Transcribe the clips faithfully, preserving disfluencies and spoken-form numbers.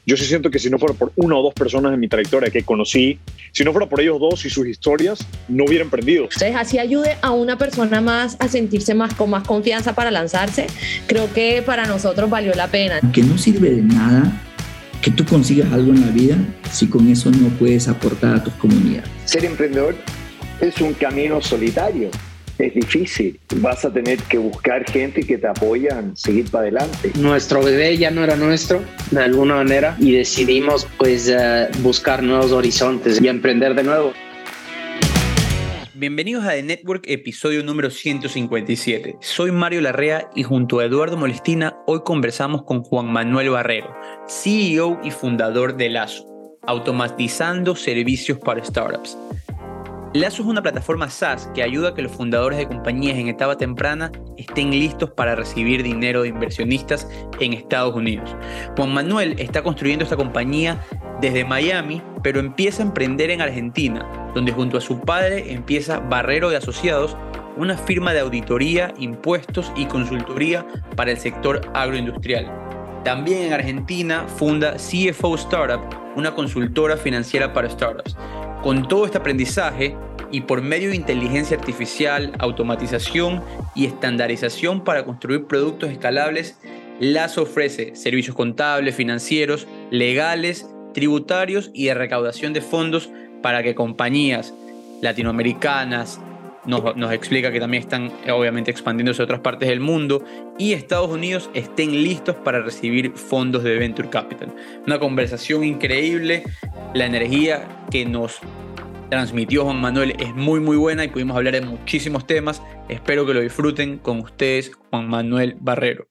yo sí siento que si no fuera por una o dos personas en mi trayectoria que conocí, si no fuera por ellos dos y sus historias, no hubiera emprendido. Entonces, así ayude a una persona más a sentirse más con más confianza para lanzarse, creo que para nosotros valió la pena. Que no sirve de nada que tú consigas algo en la vida si con eso no puedes aportar a tus comunidades. Ser emprendedor es un camino solitario. Es difícil, vas a tener que buscar gente que te apoyan, seguir para adelante. Nuestro bebé ya no era nuestro, de alguna manera, y decidimos pues uh, buscar nuevos horizontes y emprender de nuevo. Bienvenidos a The Network, episodio número ciento cincuenta y siete. Soy Mario Larrea y junto a Eduardo Molestina hoy conversamos con Juan Manuel Barrero, C E O y fundador de Lazo, automatizando servicios para startups. Lazo es una plataforma SaaS que ayuda a que los fundadores de compañías en etapa temprana estén listos para recibir dinero de inversionistas en Estados Unidos. Juan Manuel está construyendo esta compañía desde Miami, pero empieza a emprender en Argentina, donde junto a su padre empieza Barrero y Asociados, una firma de auditoría, impuestos y consultoría para el sector agroindustrial. También en Argentina funda C F O Startup, una consultora financiera para startups. Con todo este aprendizaje y por medio de inteligencia artificial, automatización y estandarización para construir productos escalables, Lazo ofrece servicios contables, financieros, legales, tributarios y de recaudación de fondos para que compañías latinoamericanas, nos, nos explica que también están obviamente expandiéndose a otras partes del mundo, y Estados Unidos estén listos para recibir fondos de Venture Capital. Una conversación increíble, la energía que nos transmitió Juan Manuel es muy muy buena y pudimos hablar de muchísimos temas. Espero que lo disfruten. Con ustedes, Juan Manuel Barrero.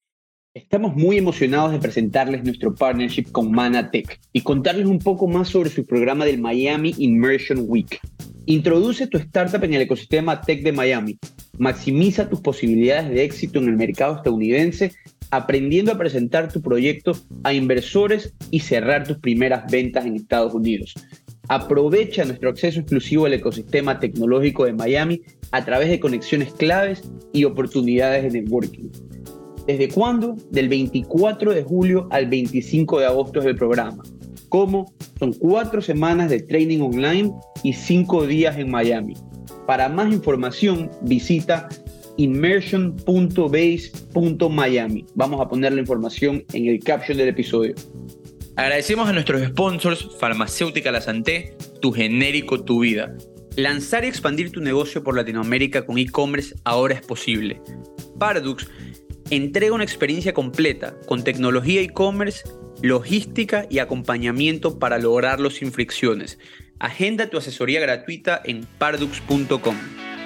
Estamos muy emocionados de presentarles nuestro partnership con Manatech y contarles un poco más sobre su programa del Miami Immersion Week. Introduce tu startup en el ecosistema tech de Miami. Maximiza tus posibilidades de éxito en el mercado estadounidense, aprendiendo a presentar tu proyecto a inversores y cerrar tus primeras ventas en Estados Unidos. Aprovecha nuestro acceso exclusivo al ecosistema tecnológico de Miami a través de conexiones claves y oportunidades de networking. ¿Desde cuándo? Del veinticuatro de julio al veinticinco de agosto es el programa. ¿Cómo? Son cuatro semanas de training online y cinco días en Miami. Para más información, visita immersion punto base punto miami. Vamos a poner la información en el caption del episodio. Agradecemos a nuestros sponsors, Farmacéutica La Santé, Tu Genérico Tu Vida. Lanzar y expandir tu negocio por Latinoamérica con e-commerce ahora es posible. Pardux entrega una experiencia completa con tecnología e-commerce, logística y acompañamiento para lograrlo sin fricciones. Agenda tu asesoría gratuita en pardux punto com.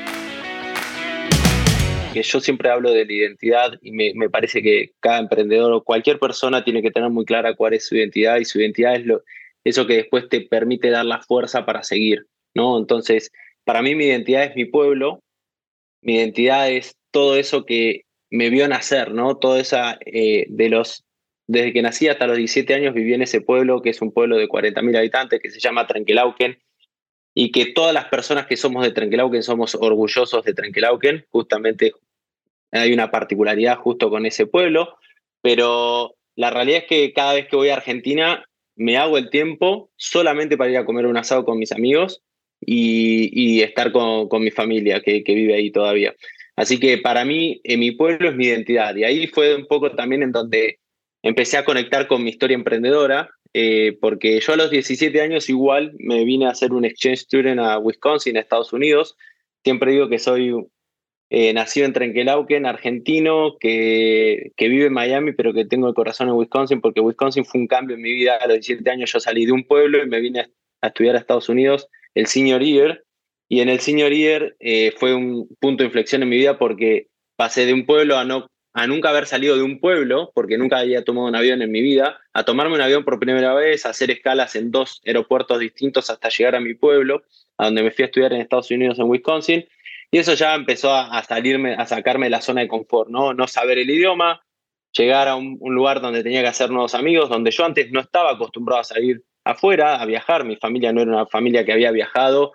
Yo siempre hablo de la identidad y me, me parece que cada emprendedor o cualquier persona tiene que tener muy clara cuál es su identidad, y su identidad es lo, eso que después te permite dar la fuerza para seguir, ¿no? Entonces, para mí mi identidad es mi pueblo, mi identidad es todo eso que me vio nacer, ¿no? Todo esa, eh, de los, desde que nací hasta los diecisiete años viví en ese pueblo, que es un pueblo de cuarenta mil habitantes, que se llama Trenquelauquen, y que todas las personas que somos de Trenquelauquen somos orgullosos de Trenquelauquen. Justamente hay una particularidad justo con ese pueblo, pero la realidad es que cada vez que voy a Argentina me hago el tiempo solamente para ir a comer un asado con mis amigos y, y estar con, con mi familia que, que vive ahí todavía. Así que para mí, eh, mi pueblo es mi identidad, y ahí fue un poco también en donde empecé a conectar con mi historia emprendedora, eh, porque yo a los diecisiete años igual me vine a hacer un exchange student a Wisconsin, a Estados Unidos. Siempre digo que soy eh, nacido en Trenquelauquen, argentino, que, que vive en Miami, pero que tengo el corazón en Wisconsin, porque Wisconsin fue un cambio en mi vida. A los diecisiete años yo salí de un pueblo y me vine a, a estudiar a Estados Unidos el senior year, y en el senior year eh, fue un punto de inflexión en mi vida, porque pasé de un pueblo a no a nunca haber salido de un pueblo, porque nunca había tomado un avión en mi vida, a tomarme un avión por primera vez, a hacer escalas en dos aeropuertos distintos hasta llegar a mi pueblo, a donde me fui a estudiar en Estados Unidos, en Wisconsin, y eso ya empezó a, a salirme, a sacarme de la zona de confort, ¿no? No saber el idioma, llegar a un, un lugar donde tenía que hacer nuevos amigos, donde yo antes no estaba acostumbrado a salir afuera, a viajar. Mi familia no era una familia que había viajado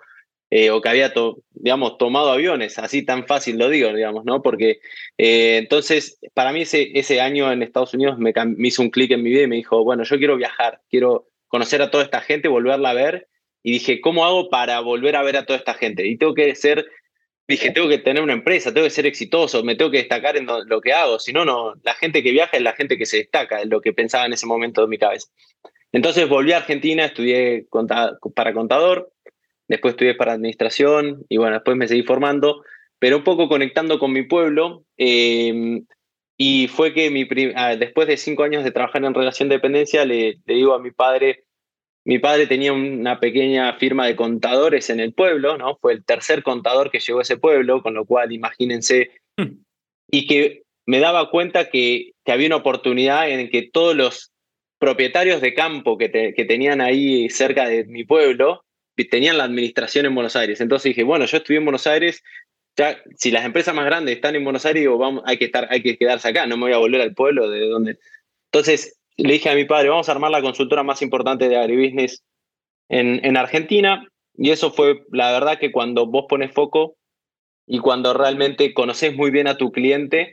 eh, o que había, to, digamos, tomado aviones, así tan fácil lo digo, digamos, ¿no? Porque eh, entonces, para mí ese, ese año en Estados Unidos me, me hizo un clic en mi vida y me dijo, bueno, yo quiero viajar, quiero conocer a toda esta gente, volverla a ver, y dije, ¿cómo hago para volver a ver a toda esta gente? Y tengo que ser... Dije, tengo que tener una empresa, tengo que ser exitoso, me tengo que destacar en lo que hago, si no, no, la gente que viaja es la gente que se destaca, es lo que pensaba en ese momento de mi cabeza. Entonces volví a Argentina, estudié para contador, después estudié para administración y bueno, después me seguí formando, pero un poco conectando con mi pueblo, eh, y fue que mi después de cinco años de trabajar en relación de dependencia, le, le digo a mi padre, mi padre tenía una pequeña firma de contadores en el pueblo, ¿no? Fue el tercer contador que llegó a ese pueblo, con lo cual imagínense, hmm. y que me daba cuenta que, que había una oportunidad en que todos los propietarios de campo que, te, que tenían ahí cerca de mi pueblo tenían la administración en Buenos Aires. Entonces dije, bueno, yo estudié en Buenos Aires, ya, si las empresas más grandes están en Buenos Aires, digo, vamos, hay, que estar, hay que quedarse acá, no me voy a volver al pueblo de donde... Entonces le dije a mi padre, vamos a armar la consultora más importante de agribusiness en, en Argentina, y eso fue, la verdad, que cuando vos pones foco y cuando realmente conoces muy bien a tu cliente,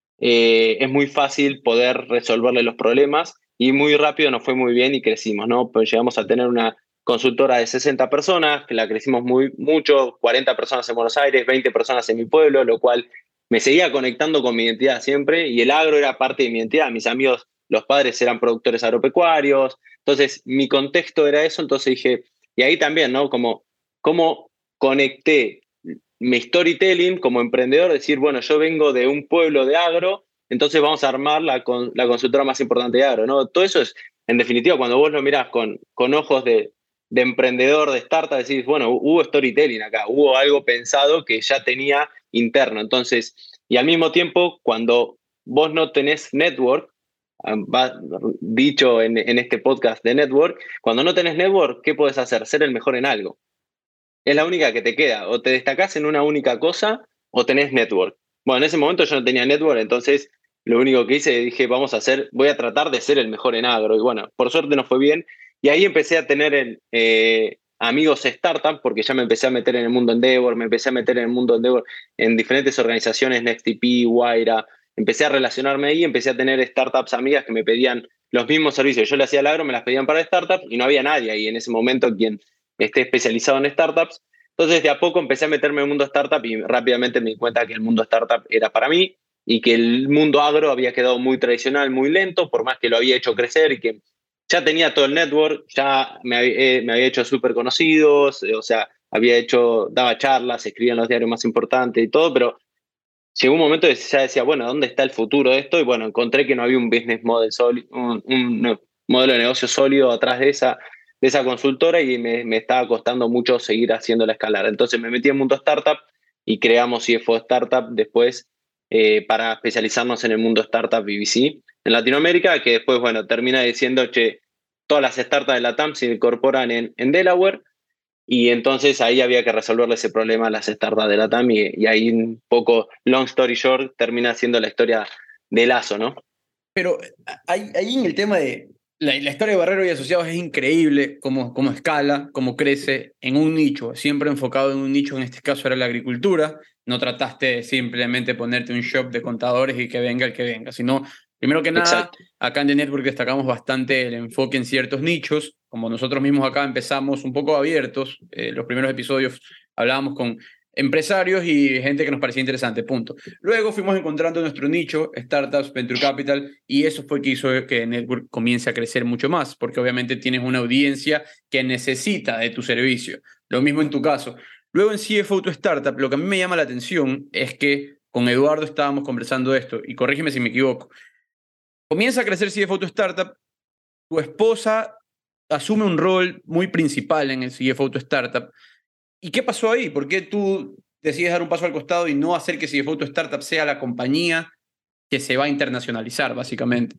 eh, es muy fácil poder resolverle los problemas, y muy rápido nos fue muy bien y crecimos, ¿no? Pues llegamos a tener una consultora de sesenta personas, que la crecimos muy, mucho, cuarenta personas en Buenos Aires, veinte personas en mi pueblo, lo cual me seguía conectando con mi identidad siempre, y el agro era parte de mi identidad. Mis amigos, los padres eran productores agropecuarios, entonces mi contexto era eso, entonces dije, y ahí también, ¿no? Como, cómo conecté mi storytelling como emprendedor, decir, bueno, yo vengo de un pueblo de agro, entonces vamos a armar la, con, la consultora más importante de agro, ¿no? Todo eso es, en definitiva, cuando vos lo mirás con, con ojos de, de emprendedor, de startup, decís, bueno, hubo storytelling acá, hubo algo pensado que ya tenía interno, entonces, y al mismo tiempo, cuando vos no tenés network, dicho en, en este podcast de network, cuando no tenés network, ¿qué puedes hacer? Ser el mejor en algo. Es la única que te queda. O te destacás en una única cosa o tenés network. Bueno, en ese momento yo no tenía network, entonces lo único que hice, dije, vamos a hacer, voy a tratar de ser el mejor en agro. Y bueno, por suerte nos fue bien. Y ahí empecé a tener el, eh, amigos startup, porque ya me empecé a meter en el mundo Endeavor, me empecé a meter en el mundo Endeavor en diferentes organizaciones, NextDP, Wayra. Empecé a relacionarme ahí, empecé a tener startups amigas que me pedían los mismos servicios. Yo le hacía al agro, me las pedían para startups y no había nadie ahí en ese momento quien esté especializado en startups. Entonces, de a poco empecé a meterme en el mundo startup y rápidamente me di cuenta que el mundo startup era para mí y que el mundo agro había quedado muy tradicional, muy lento, por más que lo había hecho crecer y que ya tenía todo el network, ya me había, eh, me había hecho súper conocidos, eh, o sea, había hecho, daba charlas, escribía en los diarios más importantes y todo, pero llegó un momento que ya decía, bueno, ¿dónde está el futuro de esto? Y bueno, encontré que no había un business model sólido, un, un modelo de negocio sólido atrás de esa, de esa consultora, y me, me estaba costando mucho seguir haciendo la escalada. Entonces me metí en el mundo startup y creamos C F O Startup después, eh, para especializarnos en el mundo startup B B C en Latinoamérica, que después, bueno, termina diciendo que todas las startups de la T A M se incorporan en, en Delaware. Y entonces ahí había que resolverle ese problema a las startups de la T A M, y, y ahí un poco, long story short, termina siendo la historia de Lazo, ¿no? Pero ahí, ahí en el tema de la, la historia de Barrero y Asociados es increíble cómo, cómo escala, cómo crece en un nicho, siempre enfocado en un nicho, en este caso era la agricultura. No trataste de simplemente ponerte un shop de contadores y que venga el que venga, sino, primero que nada, exacto, acá en The Network destacamos bastante el enfoque en ciertos nichos, como nosotros mismos acá empezamos un poco abiertos, eh, los primeros episodios hablábamos con empresarios y gente que nos parecía interesante, punto. Luego fuimos encontrando nuestro nicho, startups, venture capital, y eso fue que hizo que The Network comience a crecer mucho más, porque obviamente tienes una audiencia que necesita de tu servicio. Lo mismo en tu caso. Luego en C F O to Startup, lo que a mí me llama la atención es que con Eduardo estábamos conversando esto, y corrígeme si me equivoco. Comienza a crecer C F O to Startup, tu esposa asume un rol muy principal en el C F O to Startup. ¿Y qué pasó ahí? ¿Por qué tú decides dar un paso al costado y no hacer que C F O to Startup sea la compañía que se va a internacionalizar, básicamente?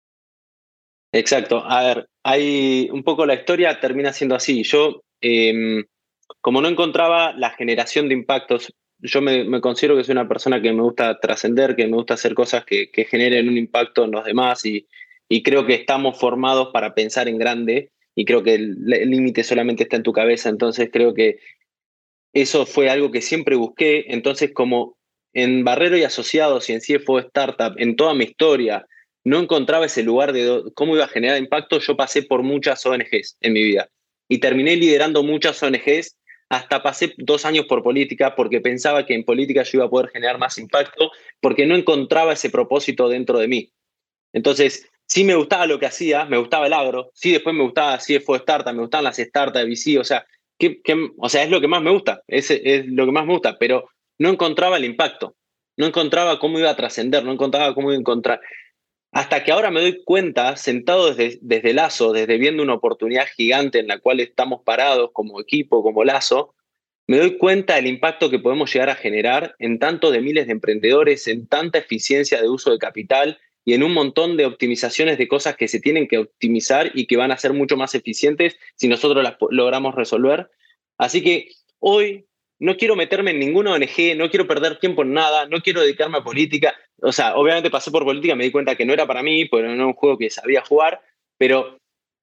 Exacto. A ver, hay un poco la historia termina siendo así. Yo, eh, como no encontraba la generación de impactos, yo me, me considero que soy una persona que me gusta trascender, que me gusta hacer cosas que, que generen un impacto en los demás, y, y creo que estamos formados para pensar en grande, y creo que el límite solamente está en tu cabeza. Entonces creo que eso fue algo que siempre busqué. Entonces, como en Barrero y Asociados y en C F O Startup, en toda mi historia, no encontraba ese lugar de do- cómo iba a generar impacto, yo pasé por muchas O N Ges en mi vida. Y terminé liderando muchas O N Ges, hasta pasé dos años por política, porque pensaba que en política yo iba a poder generar más impacto, porque no encontraba ese propósito dentro de mí. Entonces, sí me gustaba lo que hacía, me gustaba el agro, sí después me gustaba C F O Startup, me gustaban las startups de V C, o sea, que, que, o sea, es lo que más me gusta, es, es lo que más me gusta, pero no encontraba el impacto, no encontraba cómo iba a trascender, no encontraba cómo iba a encontrar. Hasta que ahora me doy cuenta, sentado desde, desde Lazo, desde viendo una oportunidad gigante en la cual estamos parados como equipo, como Lazo, me doy cuenta del impacto que podemos llegar a generar en tanto de miles de emprendedores, en tanta eficiencia de uso de capital y en un montón de optimizaciones de cosas que se tienen que optimizar y que van a ser mucho más eficientes si nosotros las logramos resolver. Así que hoy no quiero meterme en ninguna O N G, no quiero perder tiempo en nada, no quiero dedicarme a política. O sea, obviamente pasé por política, me di cuenta que no era para mí, porque no era un juego que sabía jugar, pero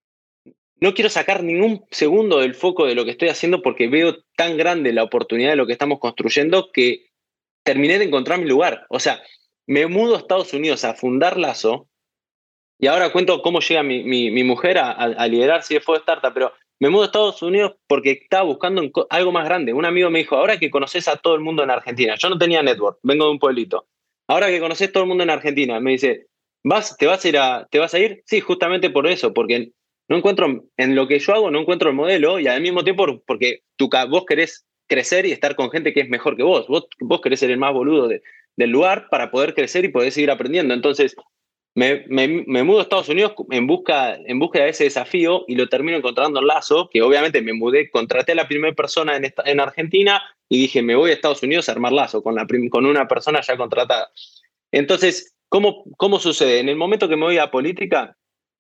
no quiero sacar ningún segundo del foco de lo que estoy haciendo porque veo tan grande la oportunidad de lo que estamos construyendo que terminé de encontrar mi lugar. O sea, me mudo a Estados Unidos a fundar Lazo y ahora cuento cómo llega mi, mi, mi mujer a, a liderar C F O Startup, pero me mudo a Estados Unidos porque estaba buscando algo más grande. Un amigo me dijo, ahora que conoces a todo el mundo en Argentina, yo no tenía network, vengo de un pueblito, ahora que conoces todo el mundo en Argentina, me dice, ¿vas, te, vas a ir a, ¿te vas a ir? Sí, justamente por eso, porque no encuentro, en lo que yo hago no encuentro el modelo y al mismo tiempo porque tú, vos querés crecer y estar con gente que es mejor que vos, vos, vos querés ser el más boludo de, del lugar para poder crecer y poder seguir aprendiendo. Entonces, Me, me, me mudo a Estados Unidos en busca, en busca de ese desafío y lo termino encontrando en Lazo, que obviamente me mudé, contraté a la primera persona en, esta, en Argentina y dije, me voy a Estados Unidos a armar Lazo con, la, con una persona ya contratada. Entonces, ¿cómo, ¿cómo sucede? En el momento que me voy a política,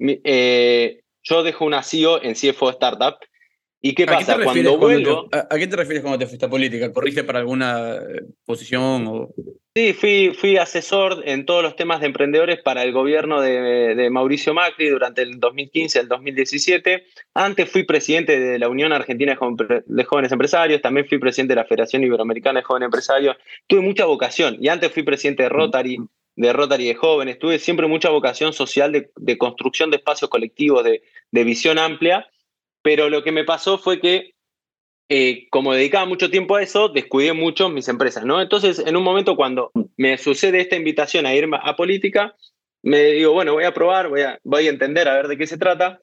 eh, yo dejo una C E O en C F O Startup. ¿Y qué pasa? Cuando vuelvo... Te, a, ¿A qué te refieres cuando te fuiste a política? ¿Corriste para alguna posición? O... Sí, fui, fui asesor en todos los temas de emprendedores para el gobierno de, de Mauricio Macri durante el dos mil quince al dos mil diecisiete. Antes fui presidente de la Unión Argentina de Jóvenes Empresarios, también fui presidente de la Federación Iberoamericana de Jóvenes Empresarios. Tuve mucha vocación y antes fui presidente de Rotary, de Rotary de Jóvenes. Tuve siempre mucha vocación social de, de construcción de espacios colectivos, de, de visión amplia. Pero lo que me pasó fue que, eh, como dedicaba mucho tiempo a eso, descuidé mucho mis empresas, ¿no? Entonces, en un momento cuando me sucede esta invitación a ir a política, me digo, bueno, voy a probar, voy a, voy a entender a ver de qué se trata,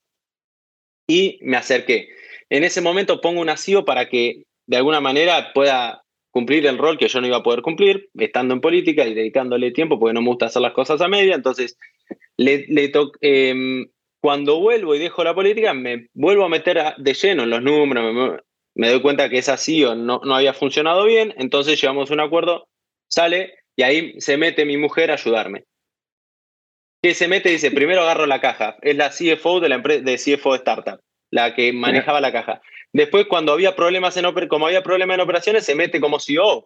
y me acerqué. En ese momento pongo una C E O para que, de alguna manera, pueda cumplir el rol que yo no iba a poder cumplir, estando en política y dedicándole tiempo, porque no me gusta hacer las cosas a media. Entonces, le, le to eh, cuando vuelvo y dejo la política, me vuelvo a meter a, de lleno en los números, me, me doy cuenta que esa C E O no, no había funcionado bien, entonces llegamos a un acuerdo, sale, y ahí se mete mi mujer a ayudarme. Que se mete y dice, primero agarro la caja, es la C F O de la empresa de C F O Startup, la que manejaba la caja. Después, cuando había problemas en como había problemas en operaciones, se mete como C E O.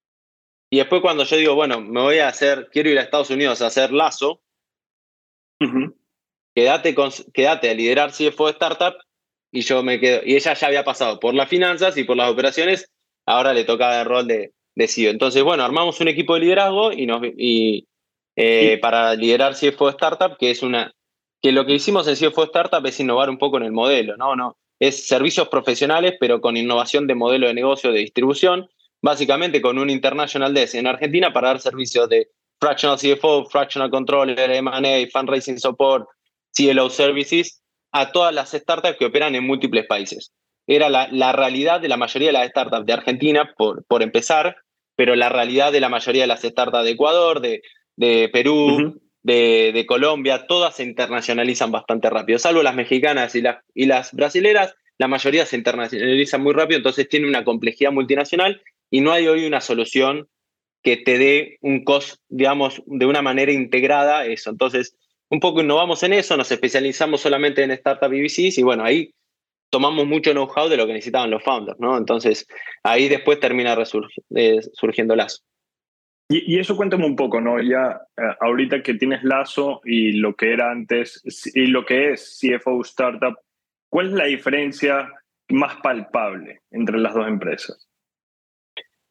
Y después, cuando yo digo, bueno, me voy a hacer, quiero ir a Estados Unidos a hacer Lazo, uh-huh. quédate, con, quédate a liderar C F O Startup, y yo me quedo. Y ella ya había pasado por las finanzas y por las operaciones, ahora le tocaba el rol de, de C E O. Entonces, bueno, armamos un equipo de liderazgo y nos. Y, Eh, para liderar C F O Startup, que es una que lo que hicimos en C F O Startup es innovar un poco en el modelo, ¿no? no es servicios profesionales, pero con innovación de modelo de negocio de distribución, básicamente con un International Desk en Argentina para dar servicios de Fractional C F O, Fractional Controller, M and A, Fundraising Support, C L O Services, a todas las startups que operan en múltiples países. Era la, la realidad de la mayoría de las startups de Argentina, por, por empezar, pero la realidad de la mayoría de las startups de Ecuador, de de Perú, uh-huh. de, de Colombia, todas se internacionalizan bastante rápido, salvo las mexicanas y las, y las brasileras, la mayoría se internacionalizan muy rápido, entonces tiene una complejidad multinacional y no hay hoy una solución que te dé un cost, digamos, de una manera integrada eso. Entonces, un poco innovamos en eso, nos especializamos solamente en startup y V Cs y bueno, ahí tomamos mucho know-how de lo que necesitaban los founders, ¿no? Entonces, ahí después termina eh, surgiendo Lazo. Y, y eso cuéntame un poco, ¿no? Ya eh, ahorita que tienes Lazo y lo que era antes y lo que es C F O Startup, ¿cuál es la diferencia más palpable entre las dos empresas?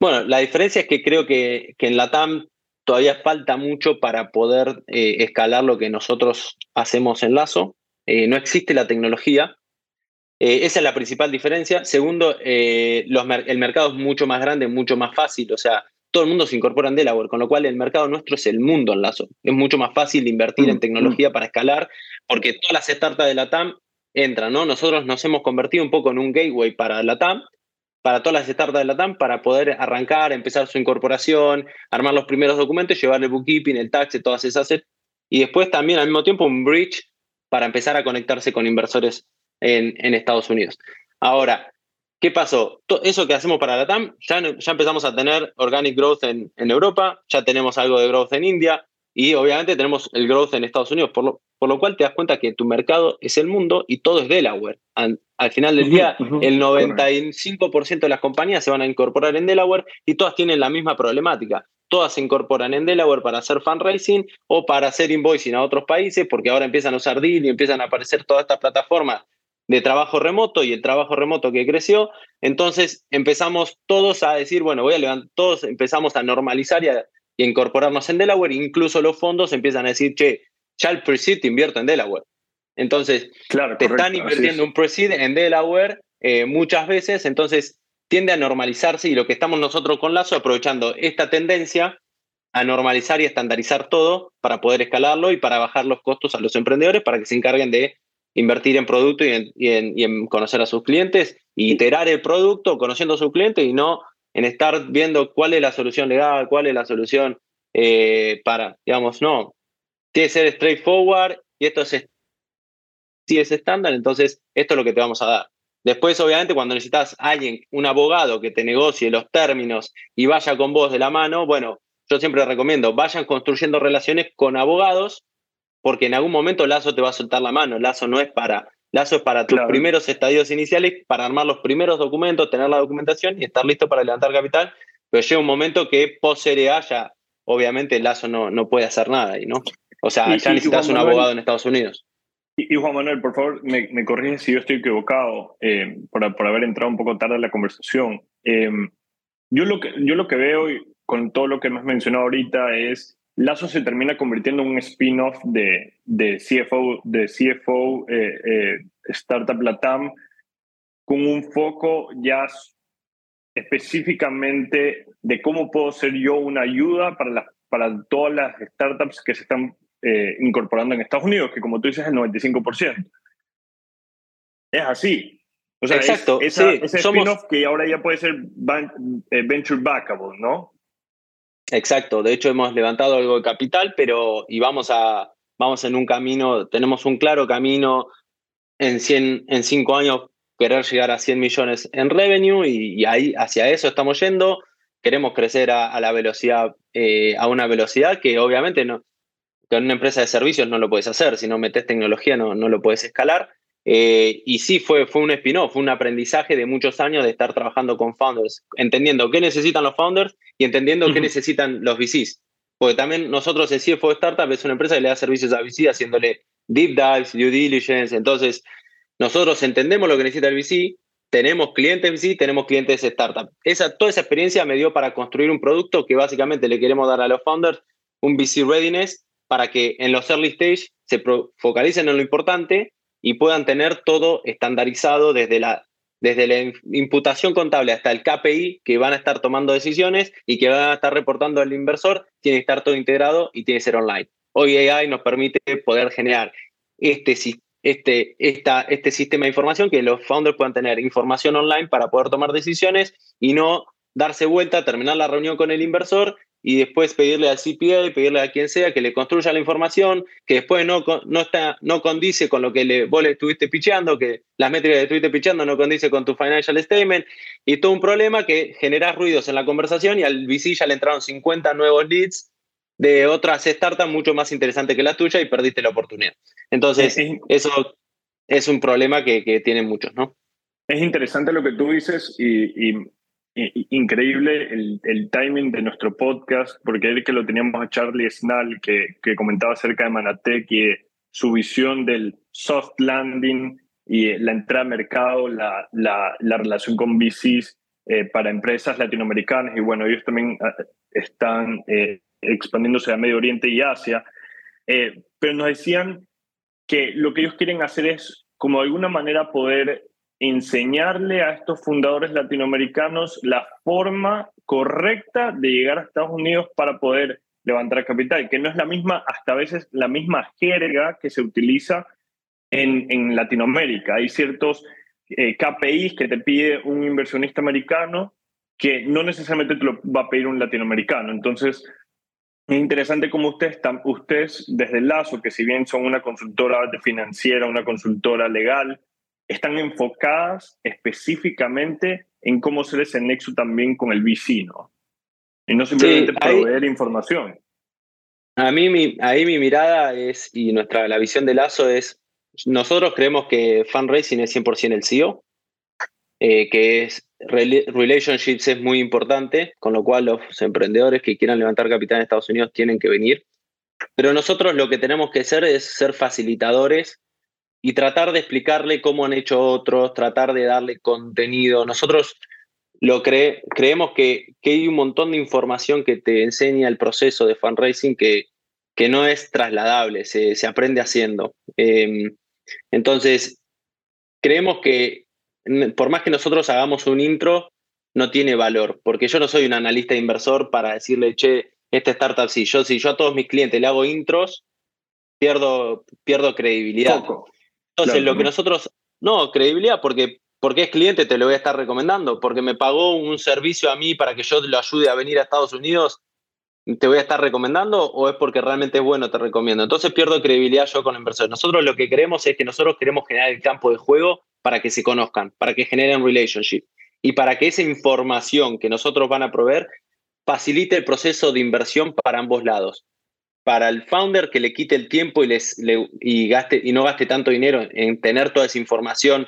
Bueno, la diferencia es que creo que, que en LATAM todavía falta mucho para poder eh, escalar lo que nosotros hacemos en Lazo. Eh, no existe la tecnología. Eh, esa es la principal diferencia. Segundo, eh, los mer- el mercado es mucho más grande, mucho más fácil. O sea, todo el mundo se incorpora en Delaware, con lo cual el mercado nuestro es el mundo en Lazo. Es mucho más fácil invertir en tecnología para escalar, porque todas las startups de LATAM entran, ¿no? Nosotros nos hemos convertido un poco en un gateway para LATAM, para todas las startups de LATAM, para poder arrancar, empezar su incorporación, armar los primeros documentos, llevarle el bookkeeping, el tax, todas esas. Y después también al mismo tiempo un bridge para empezar a conectarse con inversores en, en Estados Unidos. Ahora, ¿qué pasó? Eso que hacemos para LATAM, ya, ya empezamos a tener organic growth en, en Europa, ya tenemos algo de growth en India y obviamente tenemos el growth en Estados Unidos, por lo, por lo cual te das cuenta que tu mercado es el mundo y todo es Delaware. Al, al final del día, uh-huh, uh-huh, el noventa y cinco por ciento de las compañías se van a incorporar en Delaware y todas tienen la misma problemática. Todas se incorporan en Delaware para hacer fundraising o para hacer invoicing a otros países, porque ahora empiezan a usar Deal y empiezan a aparecer todas estas plataformas de trabajo remoto y el trabajo remoto que creció. Entonces empezamos todos a decir, bueno, voy a levantar, todos empezamos a normalizar y a, y a incorporarnos en Delaware. Incluso los fondos empiezan a decir, che, ya el pre-seed te invierto en Delaware. Entonces, claro, te correcto, están invirtiendo un pre-seed en Delaware eh, muchas veces, entonces tiende a normalizarse y lo que estamos nosotros con Lazo aprovechando esta tendencia a normalizar y estandarizar todo para poder escalarlo y para bajar los costos a los emprendedores para que se encarguen de invertir en producto y en, y, en, y en conocer a sus clientes, y iterar el producto conociendo a sus clientes y no en estar viendo cuál es la solución legal, cuál es la solución eh, para, digamos, no, tiene que ser straightforward y esto es, sí es estándar, entonces esto es lo que te vamos a dar. Después, obviamente, cuando necesitas a alguien, un abogado que te negocie los términos y vaya con vos de la mano, bueno, yo siempre recomiendo, vayan construyendo relaciones con abogados, porque en algún momento Lazo te va a soltar la mano. Lazo no es para, Lazo es para tus claro. primeros estadios iniciales, para armar los primeros documentos, tener la documentación y estar listo para levantar capital, pero llega un momento que post-Serie A ya, obviamente, Lazo no, no puede hacer nada ahí, ¿no? O sea, y, ya y, necesitas y un Manuel, abogado en Estados Unidos. Y, y Juan Manuel, por favor, me, me corriges si yo estoy equivocado eh, por, por haber entrado un poco tarde en la conversación. Eh, yo, lo que, yo lo que veo con todo lo que me has mencionado ahorita es Lazo se termina convirtiendo en un spin-off de, de C F O, de C F O eh, eh, Startup Latam, con un foco ya específicamente de cómo puedo ser yo una ayuda para, la, para todas las startups que se están eh, incorporando en Estados Unidos, que como tú dices es el noventa y cinco por ciento. Es así. O sea, exacto, es, esa, sí, ese somos... spin-off que ahora ya puede ser ban, eh, venture backable, ¿no? Exacto, de hecho hemos levantado algo de capital, pero y vamos a vamos en un camino, tenemos un claro camino en cien, en cinco años querer llegar a cien millones en revenue y, y ahí hacia eso estamos yendo. Queremos crecer a, a la velocidad, eh, a una velocidad que obviamente no, con una empresa de servicios no lo puedes hacer, si no metes tecnología no, no lo puedes escalar. Eh, y sí, fue, fue un spin-off, fue un aprendizaje de muchos años de estar trabajando con founders, entendiendo qué necesitan los founders y entendiendo uh-huh. qué necesitan los V Cs. Porque también nosotros, el C F O Startup es una empresa que le da servicios a V C haciéndole deep dives, due diligence. Entonces, nosotros entendemos lo que necesita el V C, tenemos clientes V C, tenemos clientes startup. Esa, toda esa experiencia me dio para construir un producto que básicamente le queremos dar a los founders, un V C readiness, para que en los early stage se pro- focalicen en lo importante y puedan tener todo estandarizado desde la, desde la imputación contable hasta el K P I, que van a estar tomando decisiones y que van a estar reportando al inversor, tiene que estar todo integrado y tiene que ser online. Hoy A I nos permite poder generar este, este, esta, este sistema de información, que los founders puedan tener información online para poder tomar decisiones y no darse vuelta, terminar la reunión con el inversor y después pedirle al C P A, pedirle a quien sea que le construya la información, que después no, no, está, no condice con lo que le, vos le estuviste picheando, que las métricas que estuviste picheando no condice con tu financial statement, y todo un problema que generás ruidos en la conversación y al V C ya le entraron cincuenta nuevos leads de otras startups mucho más interesantes que la tuya y perdiste la oportunidad. Entonces, es, eso es un problema que, que tienen muchos, ¿no? Es interesante lo que tú dices y... y... increíble el, el timing de nuestro podcast, porque es que lo teníamos a Charlie Snall, que, que comentaba acerca de Manatech y su visión del soft landing y la entrada al mercado, la, la, la relación con V Cs eh, para empresas latinoamericanas y bueno, ellos también eh, están eh, expandiéndose a Medio Oriente y Asia, eh, pero nos decían que lo que ellos quieren hacer es como de alguna manera poder enseñarle a estos fundadores latinoamericanos la forma correcta de llegar a Estados Unidos para poder levantar capital, que no es la misma, hasta a veces la misma jerga que se utiliza en, en Latinoamérica. Hay ciertos eh, K P Is que te pide un inversionista americano que no necesariamente te lo va a pedir un latinoamericano. Entonces, es interesante cómo ustedes, ustedes desde Lazo, que si bien son una consultora financiera, una consultora legal, están enfocadas específicamente en cómo ser ese nexo también con el V C, ¿no? Y no simplemente sí, ahí, proveer información. A mí, mi, ahí mi mirada es, y nuestra, la visión de Lazo es, nosotros creemos que fundraising es cien por ciento el C E O, eh, que es relationships es muy importante, con lo cual los emprendedores que quieran levantar capital en Estados Unidos tienen que venir. Pero nosotros lo que tenemos que hacer es ser facilitadores y tratar de explicarle cómo han hecho otros, tratar de darle contenido. Nosotros lo cre creemos que, que hay un montón de información que te enseña el proceso de fundraising que, que no es trasladable, se, se aprende haciendo. Eh, entonces, creemos que por más que nosotros hagamos un intro, no tiene valor, porque yo no soy un analista inversor para decirle, che, esta startup sí. Yo, si yo a todos mis clientes le hago intros, pierdo, pierdo credibilidad. Poco. Entonces, Claro, lo que ¿no? nosotros... No, credibilidad, porque, porque es cliente, te lo voy a estar recomendando, porque me pagó un servicio a mí para que yo lo ayude a venir a Estados Unidos, te voy a estar recomendando, o es porque realmente es bueno, te recomiendo. Entonces pierdo credibilidad yo con inversores. Nosotros lo que queremos es que nosotros queremos generar el campo de juego para que se conozcan, para que generen relationship y para que esa información que nosotros van a proveer facilite el proceso de inversión para ambos lados. Para el founder, que le quite el tiempo y, les, le, y, gaste, y no gaste tanto dinero en tener toda esa información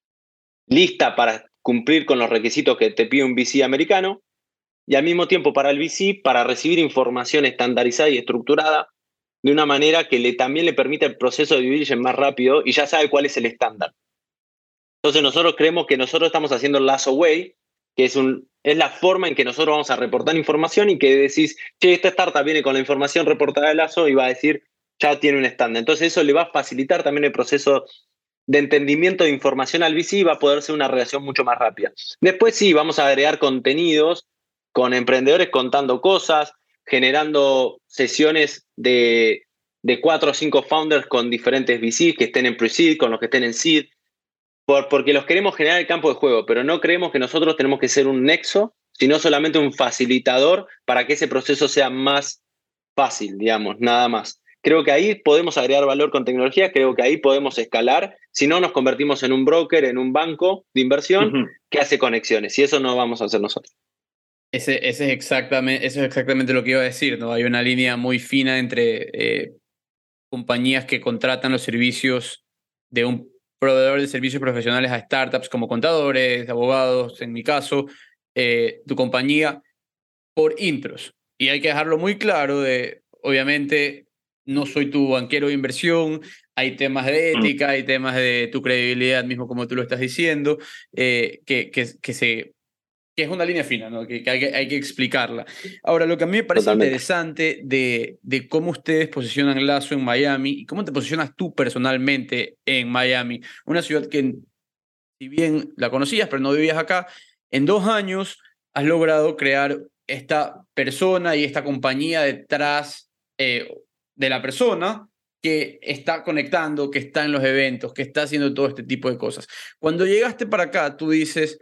lista para cumplir con los requisitos que te pide un V C americano, y al mismo tiempo para el V C, para recibir información estandarizada y estructurada de una manera que le, también le permita el proceso de due diligence más rápido y ya sabe cuál es el estándar. Entonces nosotros creemos que nosotros estamos haciendo el Lazo Way, que es, un, es la forma en que nosotros vamos a reportar información y que decís, che, esta startup viene con la información reportada de Lazo y va a decir, ya tiene un estándar. Entonces eso le va a facilitar también el proceso de entendimiento de información al V C y va a poder ser una relación mucho más rápida. Después sí, vamos a agregar contenidos con emprendedores contando cosas, generando sesiones de, de cuatro o cinco founders con diferentes V Cs que estén en pre-seed, con los que estén en seed, por, porque los queremos generar el campo de juego, pero no creemos que nosotros tenemos que ser un nexo, sino solamente un facilitador para que ese proceso sea más fácil, digamos, nada más. Creo que ahí podemos agregar valor con tecnología, creo que ahí podemos escalar, si no nos convertimos en un broker, en un banco de inversión uh-huh. que hace conexiones, y eso no vamos a hacer nosotros. Ese, ese es exactamente, eso es exactamente lo que iba a decir, ¿no? Hay una línea muy fina entre eh, compañías que contratan los servicios de un proveedor de servicios profesionales a startups como contadores, abogados, en mi caso, eh, tu compañía, por intros. Y hay que dejarlo muy claro de, obviamente, no soy tu banquero de inversión, hay temas de ética, hay temas de tu credibilidad, mismo como tú lo estás diciendo, eh, que, que, que se... que es una línea fina, ¿no? que, que, hay que hay que explicarla. Ahora, lo que a mí me parece Totalmente. interesante de, de cómo ustedes posicionan Lazo en Miami y cómo te posicionas tú personalmente en Miami, una ciudad que, si bien la conocías, pero no vivías acá, en dos años has logrado crear esta persona y esta compañía detrás eh, de la persona que está conectando, que está en los eventos, que está haciendo todo este tipo de cosas. Cuando llegaste para acá, tú dices...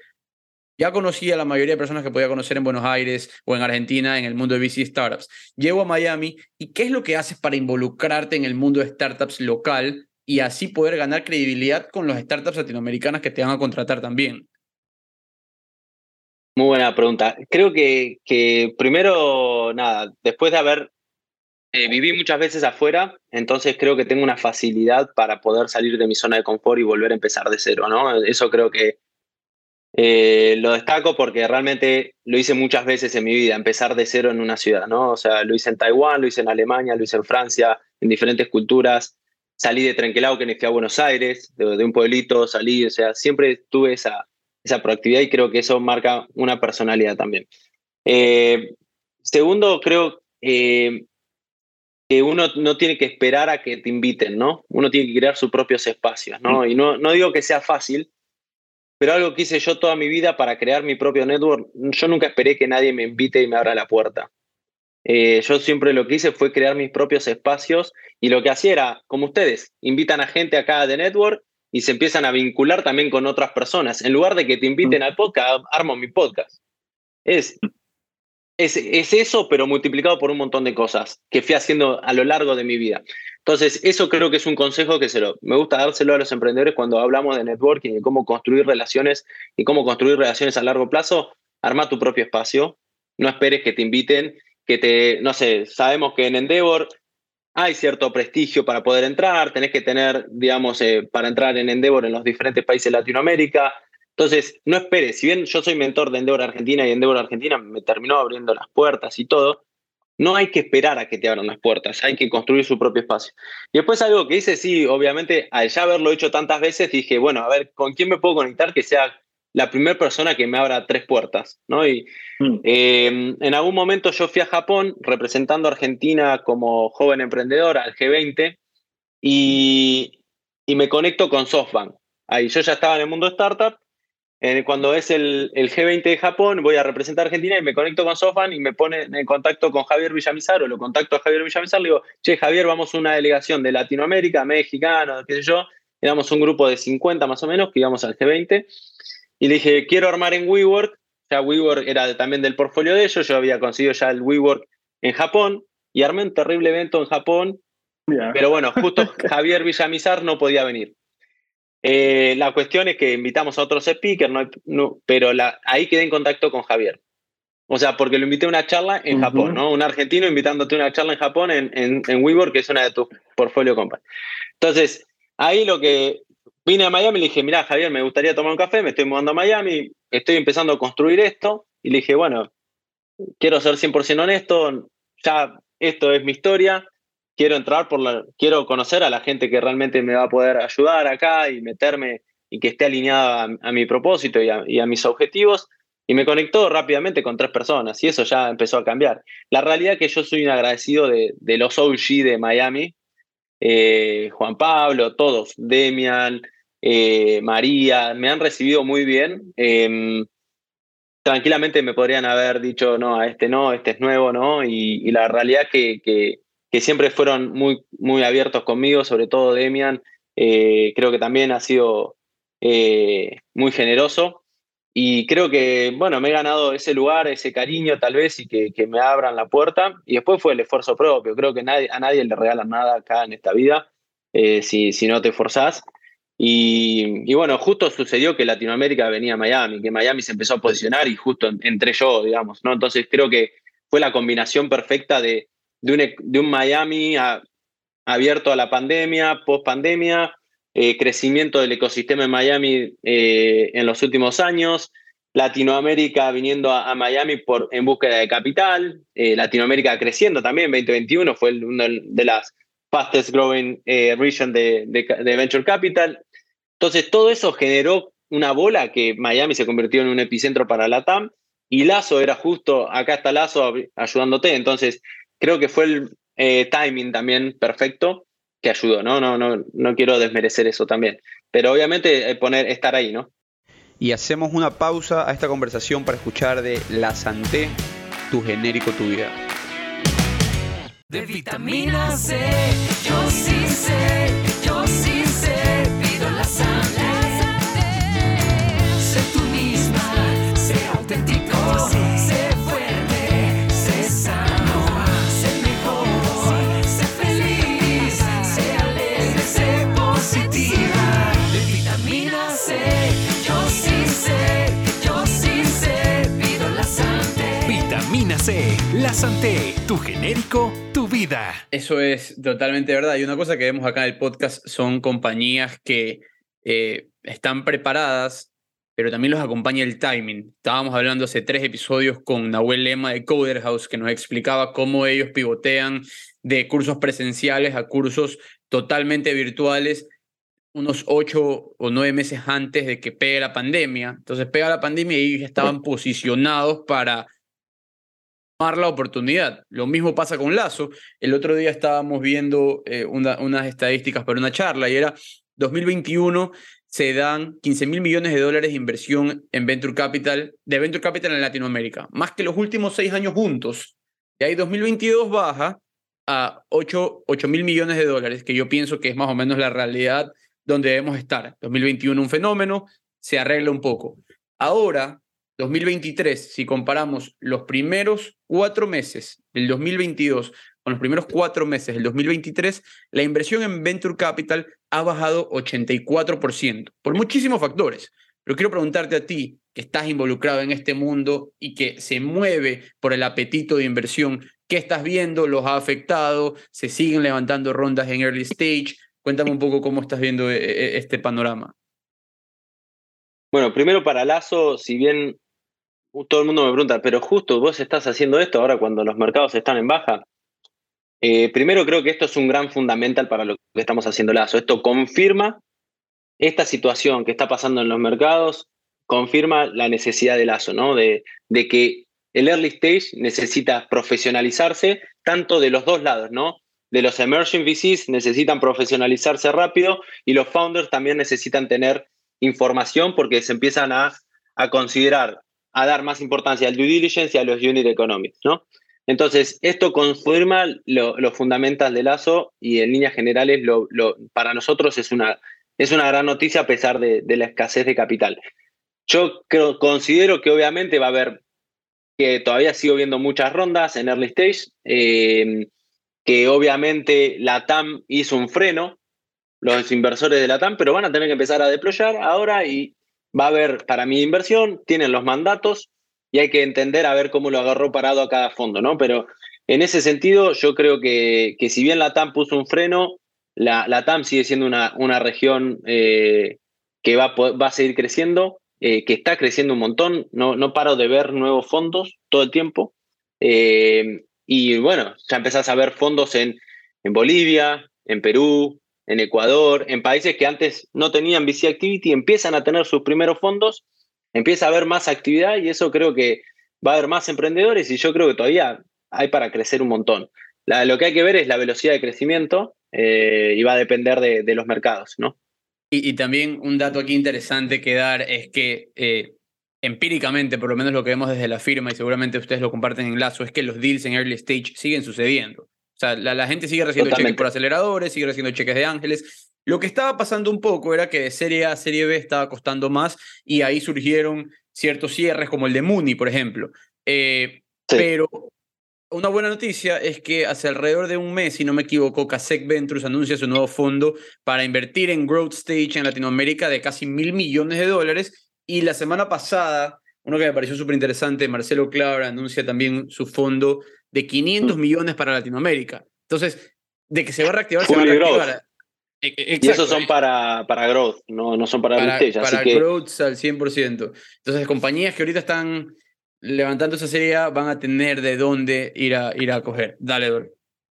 Ya conocí a la mayoría de personas que podía conocer en Buenos Aires o en Argentina en el mundo de V C Startups. Llego a Miami y ¿qué es lo que haces para involucrarte en el mundo de startups local y así poder ganar credibilidad con las startups latinoamericanas que te van a contratar también? Muy buena pregunta. Creo que, que primero, nada, después de haber eh, viví muchas veces afuera, entonces creo que tengo una facilidad para poder salir de mi zona de confort y volver a empezar de cero, ¿no? Eso creo que Eh, lo destaco porque realmente lo hice muchas veces en mi vida, empezar de cero en una ciudad, ¿no? O sea, lo hice en Taiwán, lo hice en Alemania, lo hice en Francia, en diferentes culturas. Salí de Trenquelao, que me fui a Buenos Aires, de, de un pueblito, salí, o sea, siempre tuve esa, esa proactividad y creo que eso marca una personalidad también. Eh, segundo, creo eh, que uno no tiene que esperar a que te inviten, ¿no? Uno tiene que crear sus propios espacios, ¿no? Y no, no digo que sea fácil, pero algo que hice yo toda mi vida para crear mi propio network, yo nunca esperé que nadie me invite y me abra la puerta. Eh, yo siempre lo que hice fue crear mis propios espacios y lo que hacía era, como ustedes, invitan a gente acá de network y se empiezan a vincular también con otras personas. En lugar de que te inviten al podcast, armo mi podcast. Es, es, es eso, pero multiplicado por un montón de cosas que fui haciendo a lo largo de mi vida. Entonces, eso creo que es un consejo que se lo, me gusta dárselo a los emprendedores cuando hablamos de networking y cómo construir relaciones y cómo construir relaciones a largo plazo. Arma tu propio espacio. No esperes que te inviten, que te, no sé, sabemos que en Endeavor hay cierto prestigio para poder entrar, tenés que tener, digamos, eh, para entrar en Endeavor en los diferentes países de Latinoamérica. Entonces, no esperes, si bien yo soy mentor de Endeavor Argentina y Endeavor Argentina me terminó abriendo las puertas y todo, no hay que esperar a que te abran las puertas, hay que construir su propio espacio. Y después algo que hice, sí, obviamente, al ya haberlo hecho tantas veces, dije, bueno, a ver, ¿con quién me puedo conectar que sea la primera persona que me abra tres puertas, ¿no? Y mm. eh, en algún momento yo fui a Japón representando a Argentina como joven emprendedor al G veinte y, y me conecto con SoftBank. Ahí yo ya estaba en el mundo startup. Eh, cuando es el, el G veinte de Japón, voy a representar a Argentina y me conecto con SoftBank y me pone en contacto con Javier Villamizar, o lo contacto a Javier Villamizar, le digo, che, Javier, vamos a una delegación de Latinoamérica, mexicano, qué sé yo. Éramos un grupo de cincuenta más o menos que íbamos al G veinte. Y le dije, quiero armar en WeWork. Ya WeWork era también del portfolio de ellos. Yo había conseguido ya el WeWork en Japón. Y armé un terrible evento en Japón. Yeah. Pero bueno, justo Javier Villamizar no podía venir. Eh, la cuestión es que invitamos a otros speakers, no, no, pero la, ahí quedé en contacto con Javier. O sea, porque lo invité a una charla en uh-huh. Japón, ¿no? Un argentino invitándote a una charla en Japón en, en, en WeWork, que es una de tus portfolio compras. Entonces, ahí lo que... Vine a Miami y le dije, mirá, Javier, me gustaría tomar un café, me estoy mudando a Miami, estoy empezando a construir esto. Y le dije, bueno, quiero ser cien por ciento honesto, ya esto es mi historia, quiero entrar por la, quiero conocer a la gente que realmente me va a poder ayudar acá y meterme y que esté alineada a, a mi propósito y a, y a mis objetivos. Y me conectó rápidamente con tres personas y eso ya empezó a cambiar. La realidad es que yo soy un agradecido de, de los O G de Miami, eh, Juan Pablo, todos, Demian, Eh, María, me han recibido muy bien. Eh, tranquilamente me podrían haber dicho, no, a este no, este es nuevo, ¿no? Y, y la realidad es que, que, que siempre fueron muy, muy abiertos conmigo, sobre todo Demian. Eh, creo que también ha sido eh, muy generoso. Y creo que, bueno, me he ganado ese lugar, ese cariño tal vez, y que, que me abran la puerta. Y después fue el esfuerzo propio. Creo que nadie, a nadie le regalan nada acá en esta vida eh, si, si no te esforzás. Y, y bueno, justo sucedió que Latinoamérica venía a Miami, que Miami se empezó a posicionar y justo entré yo, digamos, ¿no? Entonces creo que fue la combinación perfecta de, de, un, de un Miami a, abierto a la pandemia, post pandemia, eh, crecimiento del ecosistema en Miami eh, en los últimos años, Latinoamérica viniendo a, a Miami por, en búsqueda de capital, eh, Latinoamérica creciendo también, veinte veintiuno fue el, una de las fastest growing eh, region de, de, de Venture Capital. Entonces, todo eso generó una bola que Miami se convirtió en un epicentro para la T A M y Lazo era justo, acá está Lazo ayudándote. Entonces, creo que fue el eh, timing también perfecto que ayudó, ¿no? No, no, no quiero desmerecer eso también. Pero obviamente eh, poner, estar ahí, ¿no? Y hacemos una pausa a esta conversación para escuchar de La Santé, tu genérico, tu vida. De vitamina C, yo sí sé, yo sí sé, pido la Santé. Sé tú misma, sé auténtico, sé fuerte, sé sano, sé mejor, sé feliz, sé alegre, sé positiva. De vitamina C, yo sí sé, yo sí sé, pido la Santé. Vitamina C, la Santé, tu genérico, tu vida. Eso es totalmente verdad. Y una cosa que vemos acá en el podcast son compañías que eh, están preparadas, pero también los acompaña el timing. Estábamos hablando hace tres episodios con Nahuel Lema de Coder House, que nos explicaba cómo ellos pivotean de cursos presenciales a cursos totalmente virtuales, unos ocho o nueve meses antes de que pegue la pandemia. Entonces pega la pandemia y ellos ya estaban posicionados para tomar la oportunidad. Lo mismo pasa con Lazo. El otro día estábamos viendo eh, una, unas estadísticas para una charla y era dos mil veintiuno se dan quince mil millones de dólares de inversión en Venture Capital, de Venture Capital en Latinoamérica, más que los últimos seis años juntos. Y ahí dos mil veintidós baja a ocho mil millones de dólares, que yo pienso que es más o menos la realidad donde debemos estar. dos mil veintiuno un fenómeno, se arregla un poco. Ahora, dos mil veintitrés, si comparamos los primeros cuatro meses del dos mil veintidós con los primeros cuatro meses del dos mil veintitrés, la inversión en Venture Capital ha bajado ochenta y cuatro por ciento, por muchísimos factores. Pero quiero preguntarte a ti, que estás involucrado en este mundo y que se mueve por el apetito de inversión, ¿qué estás viendo? ¿Los ha afectado? ¿Se siguen levantando rondas en early stage? Cuéntame un poco cómo estás viendo este panorama. Bueno, primero para Lazo, si bien todo el mundo me pregunta, pero justo vos estás haciendo esto ahora cuando los mercados están en baja. Eh, primero creo que esto es un gran fundamental para lo que estamos haciendo Lazo. Esto confirma esta situación que está pasando en los mercados, confirma la necesidad de Lazo, ¿no? De, de que el early stage necesita profesionalizarse tanto de los dos lados, ¿no? De los emerging V Cs necesitan profesionalizarse rápido y los founders también necesitan tener información porque se empiezan a, a considerar, a dar más importancia al due diligence y a los unit economics, ¿no? Entonces, esto confirma lo, lo fundamental de Lazo y en líneas generales lo, lo, para nosotros es una, es una gran noticia a pesar de, de la escasez de capital. Yo creo, considero que obviamente va a haber, que todavía sigo viendo muchas rondas en early stage, eh, que obviamente la T A M hizo un freno, los inversores de la T A M, pero van a tener que empezar a deployar ahora y va a haber, para mi inversión, tienen los mandatos y hay que entender a ver cómo lo agarró parado a cada fondo, ¿no? Pero en ese sentido, yo creo que, que si bien la T A M puso un freno, la, la T A M sigue siendo una, una región eh, que va, va a seguir creciendo, eh, que está creciendo un montón. No, no paro de ver nuevos fondos todo el tiempo. Eh, y bueno, ya empezás a ver fondos en, en Bolivia, en Perú, en Ecuador, en países que antes no tenían V C Activity, empiezan a tener sus primeros fondos, empieza a haber más actividad y eso creo que va a haber más emprendedores y yo creo que todavía hay para crecer un montón. La, lo que hay que ver es la velocidad de crecimiento eh, y va a depender de, de los mercados, ¿no? Y, y también un dato aquí interesante que dar es que eh, empíricamente, por lo menos lo que vemos desde la firma, y seguramente ustedes lo comparten en Lazo, es que los deals en early stage siguen sucediendo. O sea, la, la gente sigue recibiendo Totalmente. cheques por aceleradores, sigue recibiendo cheques de ángeles. Lo que estaba pasando un poco era que de Serie A a Serie B estaba costando más y ahí surgieron ciertos cierres como el de Mooney, por ejemplo. Eh, Sí. Pero una buena noticia es que hace alrededor de un mes, si no me equivoco, Kasek Ventures anuncia su nuevo fondo para invertir en Growth Stage en Latinoamérica de casi mil millones de dólares. Y la semana pasada, uno que me pareció súper interesante, Marcelo Claver anuncia también su fondo de quinientos millones para Latinoamérica. Entonces, de que se va a reactivar, se va a Fully reactivar. growth. E- e- Y Exacto. esos son para, para growth, no, no son para, para, early stage. para Así que growths al cien por ciento. Entonces, compañías que ahorita están levantando esa serie A van a tener de dónde ir a, ir a coger. Dale, Dor.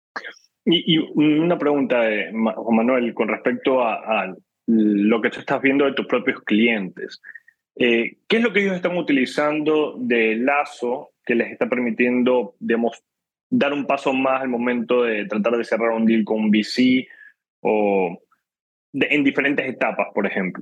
Y, y una pregunta, de Ma- Juan Manuel, con respecto a, a lo que tú estás viendo de tus propios clientes. Eh, ¿Qué es lo que ellos están utilizando de Lazo que les está permitiendo, digamos, dar un paso más al momento de tratar de cerrar un deal con un V C o de- en diferentes etapas, por ejemplo?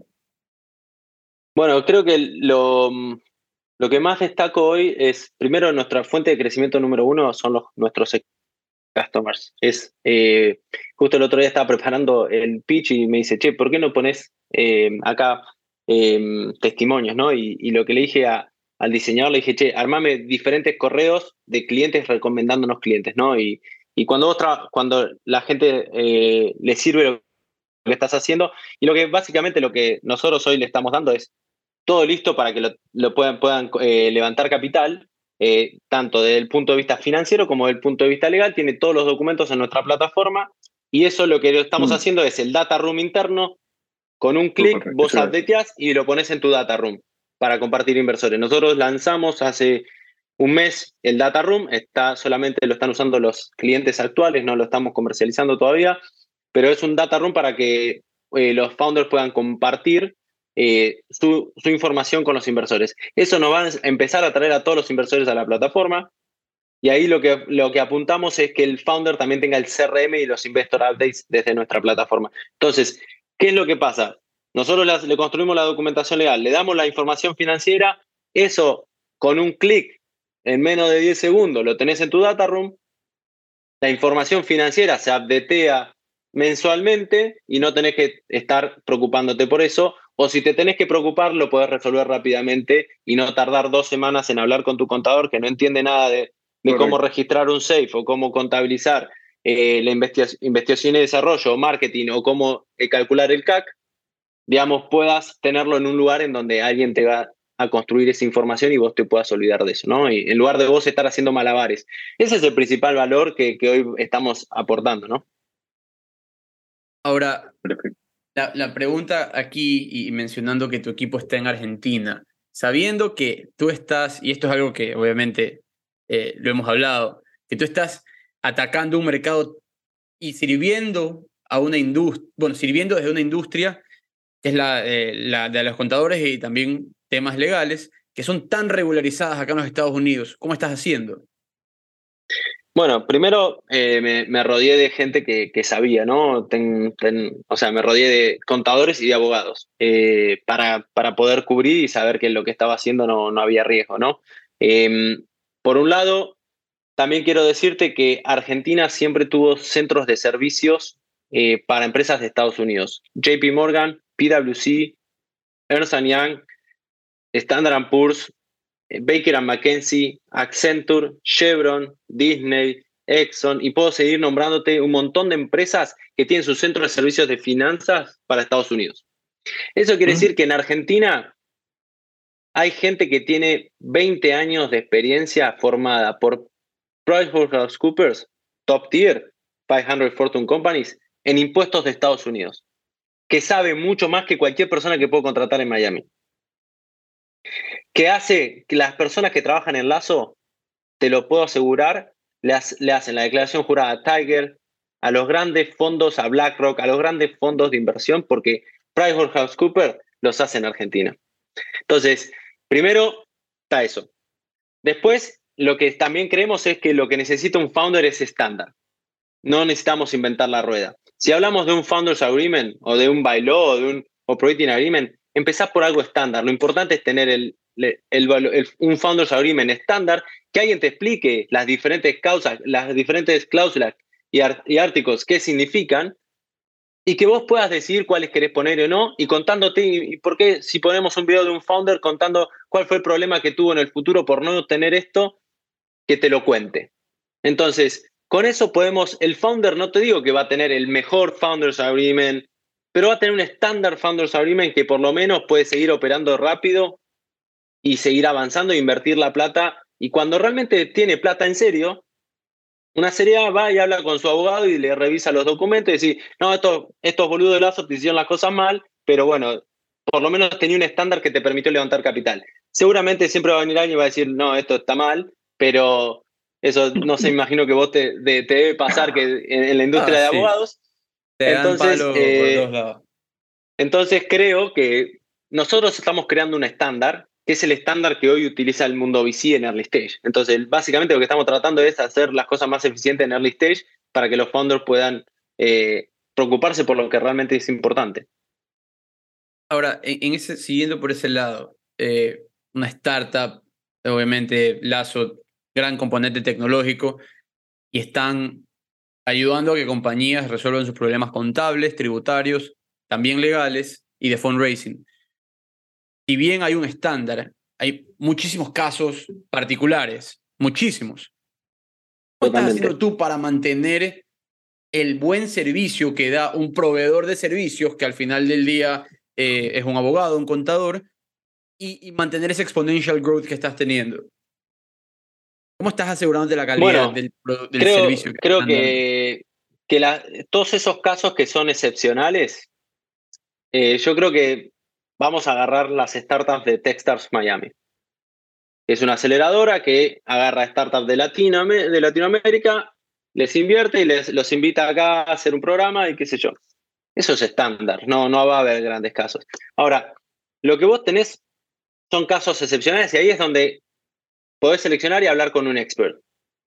bueno, creo que lo, lo que más destaco hoy es, primero, nuestra fuente de crecimiento número uno son los, nuestros customers. Es, eh, justo el otro día estaba preparando el pitch y me dice, che, ¿por qué no pones eh, acá eh, testimonios, ¿no? Y, y lo que le dije a, al diseñador, le dije, che, armame diferentes correos de clientes recomendándonos clientes, ¿no? Y, y cuando, vos tra- cuando la gente eh, le sirve lo que estás haciendo, y lo que básicamente lo que nosotros hoy le estamos dando es todo listo para que lo, lo puedan, puedan eh, levantar capital, eh, tanto desde el punto de vista financiero como desde el punto de vista legal. Tiene todos los documentos en nuestra plataforma y eso lo que estamos Mm. haciendo es el data room interno. Con un clic Súper, vos excelente. updateás y lo pones en tu data room para compartir inversores. Nosotros lanzamos hace un mes el data room, está, solamente lo están usando los clientes actuales, no lo estamos comercializando todavía, pero es un data room para que eh, los founders puedan compartir eh, su, su información con los inversores. Eso nos va a empezar a traer a todos los inversores a la plataforma. Y ahí lo que, lo que apuntamos es que el founder también tenga el C R M y los investor updates desde nuestra plataforma. Entonces, ¿qué es lo que pasa? Nosotros las, le construimos la documentación legal, le damos la información financiera, eso con un clic en menos de diez segundos lo tenés en tu data room, la información financiera se updatea mensualmente y no tenés que estar preocupándote por eso, o si te tenés que preocupar lo podés resolver rápidamente y no tardar dos semanas en hablar con tu contador que no entiende nada de de cómo registrar un safe o cómo contabilizar eh, la investigación, investigación y desarrollo o marketing o cómo eh, calcular el C A C, digamos, puedas tenerlo en un lugar en donde alguien te va a construir esa información y vos te puedas olvidar de eso, ¿no? Y en lugar de vos estar haciendo malabares. Ese es el principal valor que, que hoy estamos aportando, ¿no? Ahora, la, la pregunta aquí, y mencionando que tu equipo está en Argentina, sabiendo que tú estás, y esto es algo que obviamente eh, lo hemos hablado, que tú estás atacando un mercado y sirviendo a una industria, bueno, sirviendo desde una industria que es la, eh, la de los contadores y también temas legales, que son tan regularizadas acá en los Estados Unidos. ¿Cómo estás haciendo? Bueno, primero eh, me, me rodeé de gente que, que sabía, ¿no? Ten, ten, o sea, me rodeé de contadores y de abogados eh, para, para poder cubrir y saber que lo que estaba haciendo no, no había riesgo, ¿no? Eh, por un lado, también quiero decirte que Argentina siempre tuvo centros de servicios eh, para empresas de Estados Unidos. J P Morgan, P W C, Ernst and Young, Standard and Poor's, Baker and McKenzie, Accenture, Chevron, Disney, Exxon, y puedo seguir nombrándote un montón de empresas que tienen sus centros de servicios de finanzas para Estados Unidos. Eso quiere mm. decir que en Argentina hay gente que tiene veinte años de experiencia formada por PricewaterhouseCoopers, Top Tier, quinientas Fortune Companies, en impuestos de Estados Unidos, que sabe mucho más que cualquier persona que puedo contratar en Miami. Que hace que las personas que trabajan en Lazo, te lo puedo asegurar, le, ha, le hacen la declaración jurada a Tiger, a los grandes fondos, a BlackRock, a los grandes fondos de inversión, porque PricewaterhouseCoopers los hace en Argentina. Entonces, primero está eso. Después, lo que también creemos es que lo que necesita un founder es estándar. No necesitamos inventar la rueda. Si hablamos de un Founders Agreement o de un bylaw o de un Operating Agreement, empezás por algo estándar. Lo importante es tener el, el, el, el, un Founders Agreement estándar, que alguien te explique las diferentes causas, las diferentes cláusulas y, art, y artículos, qué significan, y que vos puedas decidir cuáles querés poner o no, y contándote, y por qué si ponemos un video de un founder contando cuál fue el problema que tuvo en el futuro por no tener esto, que te lo cuente. Entonces, con eso podemos, el founder, no te digo que va a tener el mejor Founders Agreement, pero va a tener un estándar Founders Agreement que por lo menos puede seguir operando rápido y seguir avanzando e invertir la plata. Y cuando realmente tiene plata en serio, una serie A va y habla con su abogado y le revisa los documentos y dice, no, estos, estos boludos de Lazo te hicieron las cosas mal, pero bueno, por lo menos tenía un estándar que te permitió levantar capital. Seguramente siempre va a venir alguien y va a decir, no, esto está mal, pero eso no se imagino que vos te, de, te debe pasar que en, en la industria ah, de sí. abogados. Te entonces, dan palo eh, por todos lados. Entonces creo que nosotros estamos creando un estándar, que es el estándar que hoy utiliza el mundo V C en early stage. Entonces, básicamente lo que estamos tratando es hacer las cosas más eficientes en early stage para que los founders puedan eh, preocuparse por lo que realmente es importante. Ahora, en, en ese, siguiendo por ese lado, eh, una startup, obviamente Lazo, gran componente tecnológico, y están ayudando a que compañías resuelvan sus problemas contables, tributarios, también legales y de fundraising. Si bien hay un estándar, hay muchísimos casos particulares, muchísimos. ¿Qué estás haciendo tú para mantener el buen servicio que da un proveedor de servicios, que al final del día eh, es un abogado, un contador, y, y mantener ese exponential growth que estás teniendo? ¿Cómo estás asegurándote la calidad bueno, del, del creo, servicio? Que creo que, que la, todos esos casos que son excepcionales, eh, yo creo que vamos a agarrar las startups de Techstars Miami. Es una aceleradora que agarra startups de, Latino, de Latinoamérica, les invierte y les, los invita acá a hacer un programa y qué sé yo. Eso es estándar, no, no va a haber grandes casos. Ahora, lo que vos tenés son casos excepcionales y ahí es donde podés seleccionar y hablar con un expert.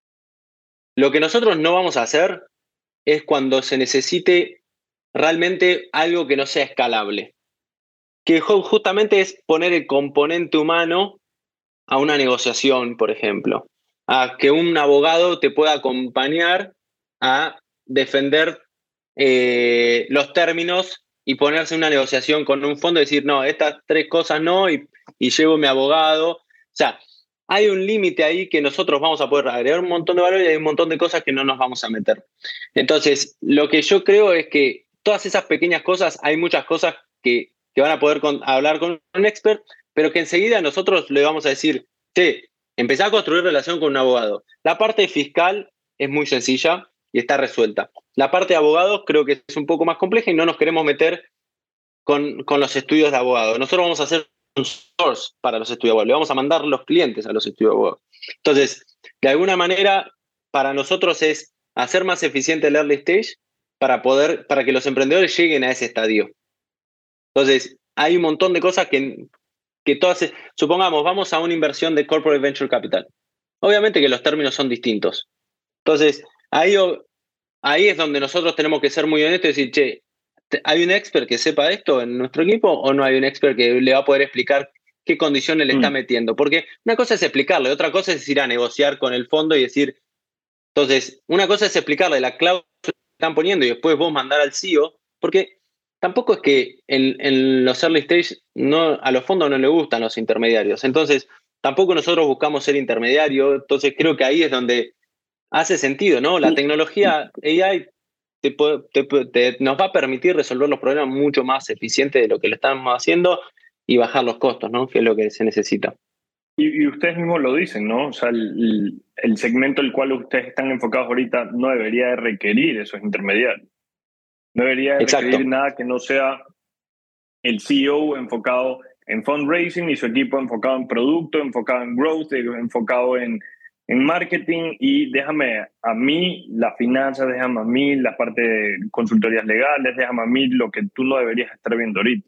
Lo que nosotros no vamos a hacer es cuando se necesite realmente algo que no sea escalable, que justamente es poner el componente humano a una negociación, por ejemplo, a que un abogado te pueda acompañar a defender eh, los términos y ponerse en una negociación con un fondo y decir, no, estas tres cosas no, y, y llevo mi abogado. O sea, hay un límite ahí que nosotros vamos a poder agregar un montón de valor y hay un montón de cosas que no nos vamos a meter. Entonces, lo que yo creo es que todas esas pequeñas cosas, hay muchas cosas que, que van a poder con, hablar con un expert, pero que enseguida nosotros le vamos a decir, sí, empezá a construir relación con un abogado. La parte fiscal es muy sencilla y está resuelta. La parte de abogados creo que es un poco más compleja y no nos queremos meter con, con los estudios de abogado. Nosotros vamos a hacer un source para los estudios de abogado. Le vamos a mandar los clientes a los estudios de abogado. Entonces, de alguna manera, para nosotros es hacer más eficiente el early stage para, poder, para que los emprendedores lleguen a ese estadio. Entonces, hay un montón de cosas que, que todas... Supongamos, vamos a una inversión de Corporate Venture Capital. Obviamente que los términos son distintos. Entonces, ahí, ahí es donde nosotros tenemos que ser muy honestos y decir, che, ¿hay un expert que sepa esto en nuestro equipo o no hay un expert que le va a poder explicar qué condiciones le está metiendo? Porque una cosa es explicarle, otra cosa es ir a negociar con el fondo y decir... Entonces, una cosa es explicarle la cláusula que están poniendo y después vos mandar al C E O, porque tampoco es que en, en los early stage no, a los fondos no les gustan los intermediarios. Entonces, tampoco nosotros buscamos ser intermediario. Entonces, creo que ahí es donde hace sentido, ¿no? La tecnología A I te, te, te, nos va a permitir resolver los problemas mucho más eficiente de lo que lo estamos haciendo y bajar los costos, ¿no? Que es lo que se necesita. Y, y ustedes mismos lo dicen, ¿no? O sea, el, el segmento al cual ustedes están enfocados ahorita no debería de requerir esos intermediarios. No debería de requerir Exacto. nada que no sea el C E O enfocado en fundraising y su equipo enfocado en producto, enfocado en growth, enfocado en, en marketing, y déjame a mí las finanzas, déjame a mí la parte de consultorías legales, déjame a mí lo que tú no deberías estar viendo ahorita.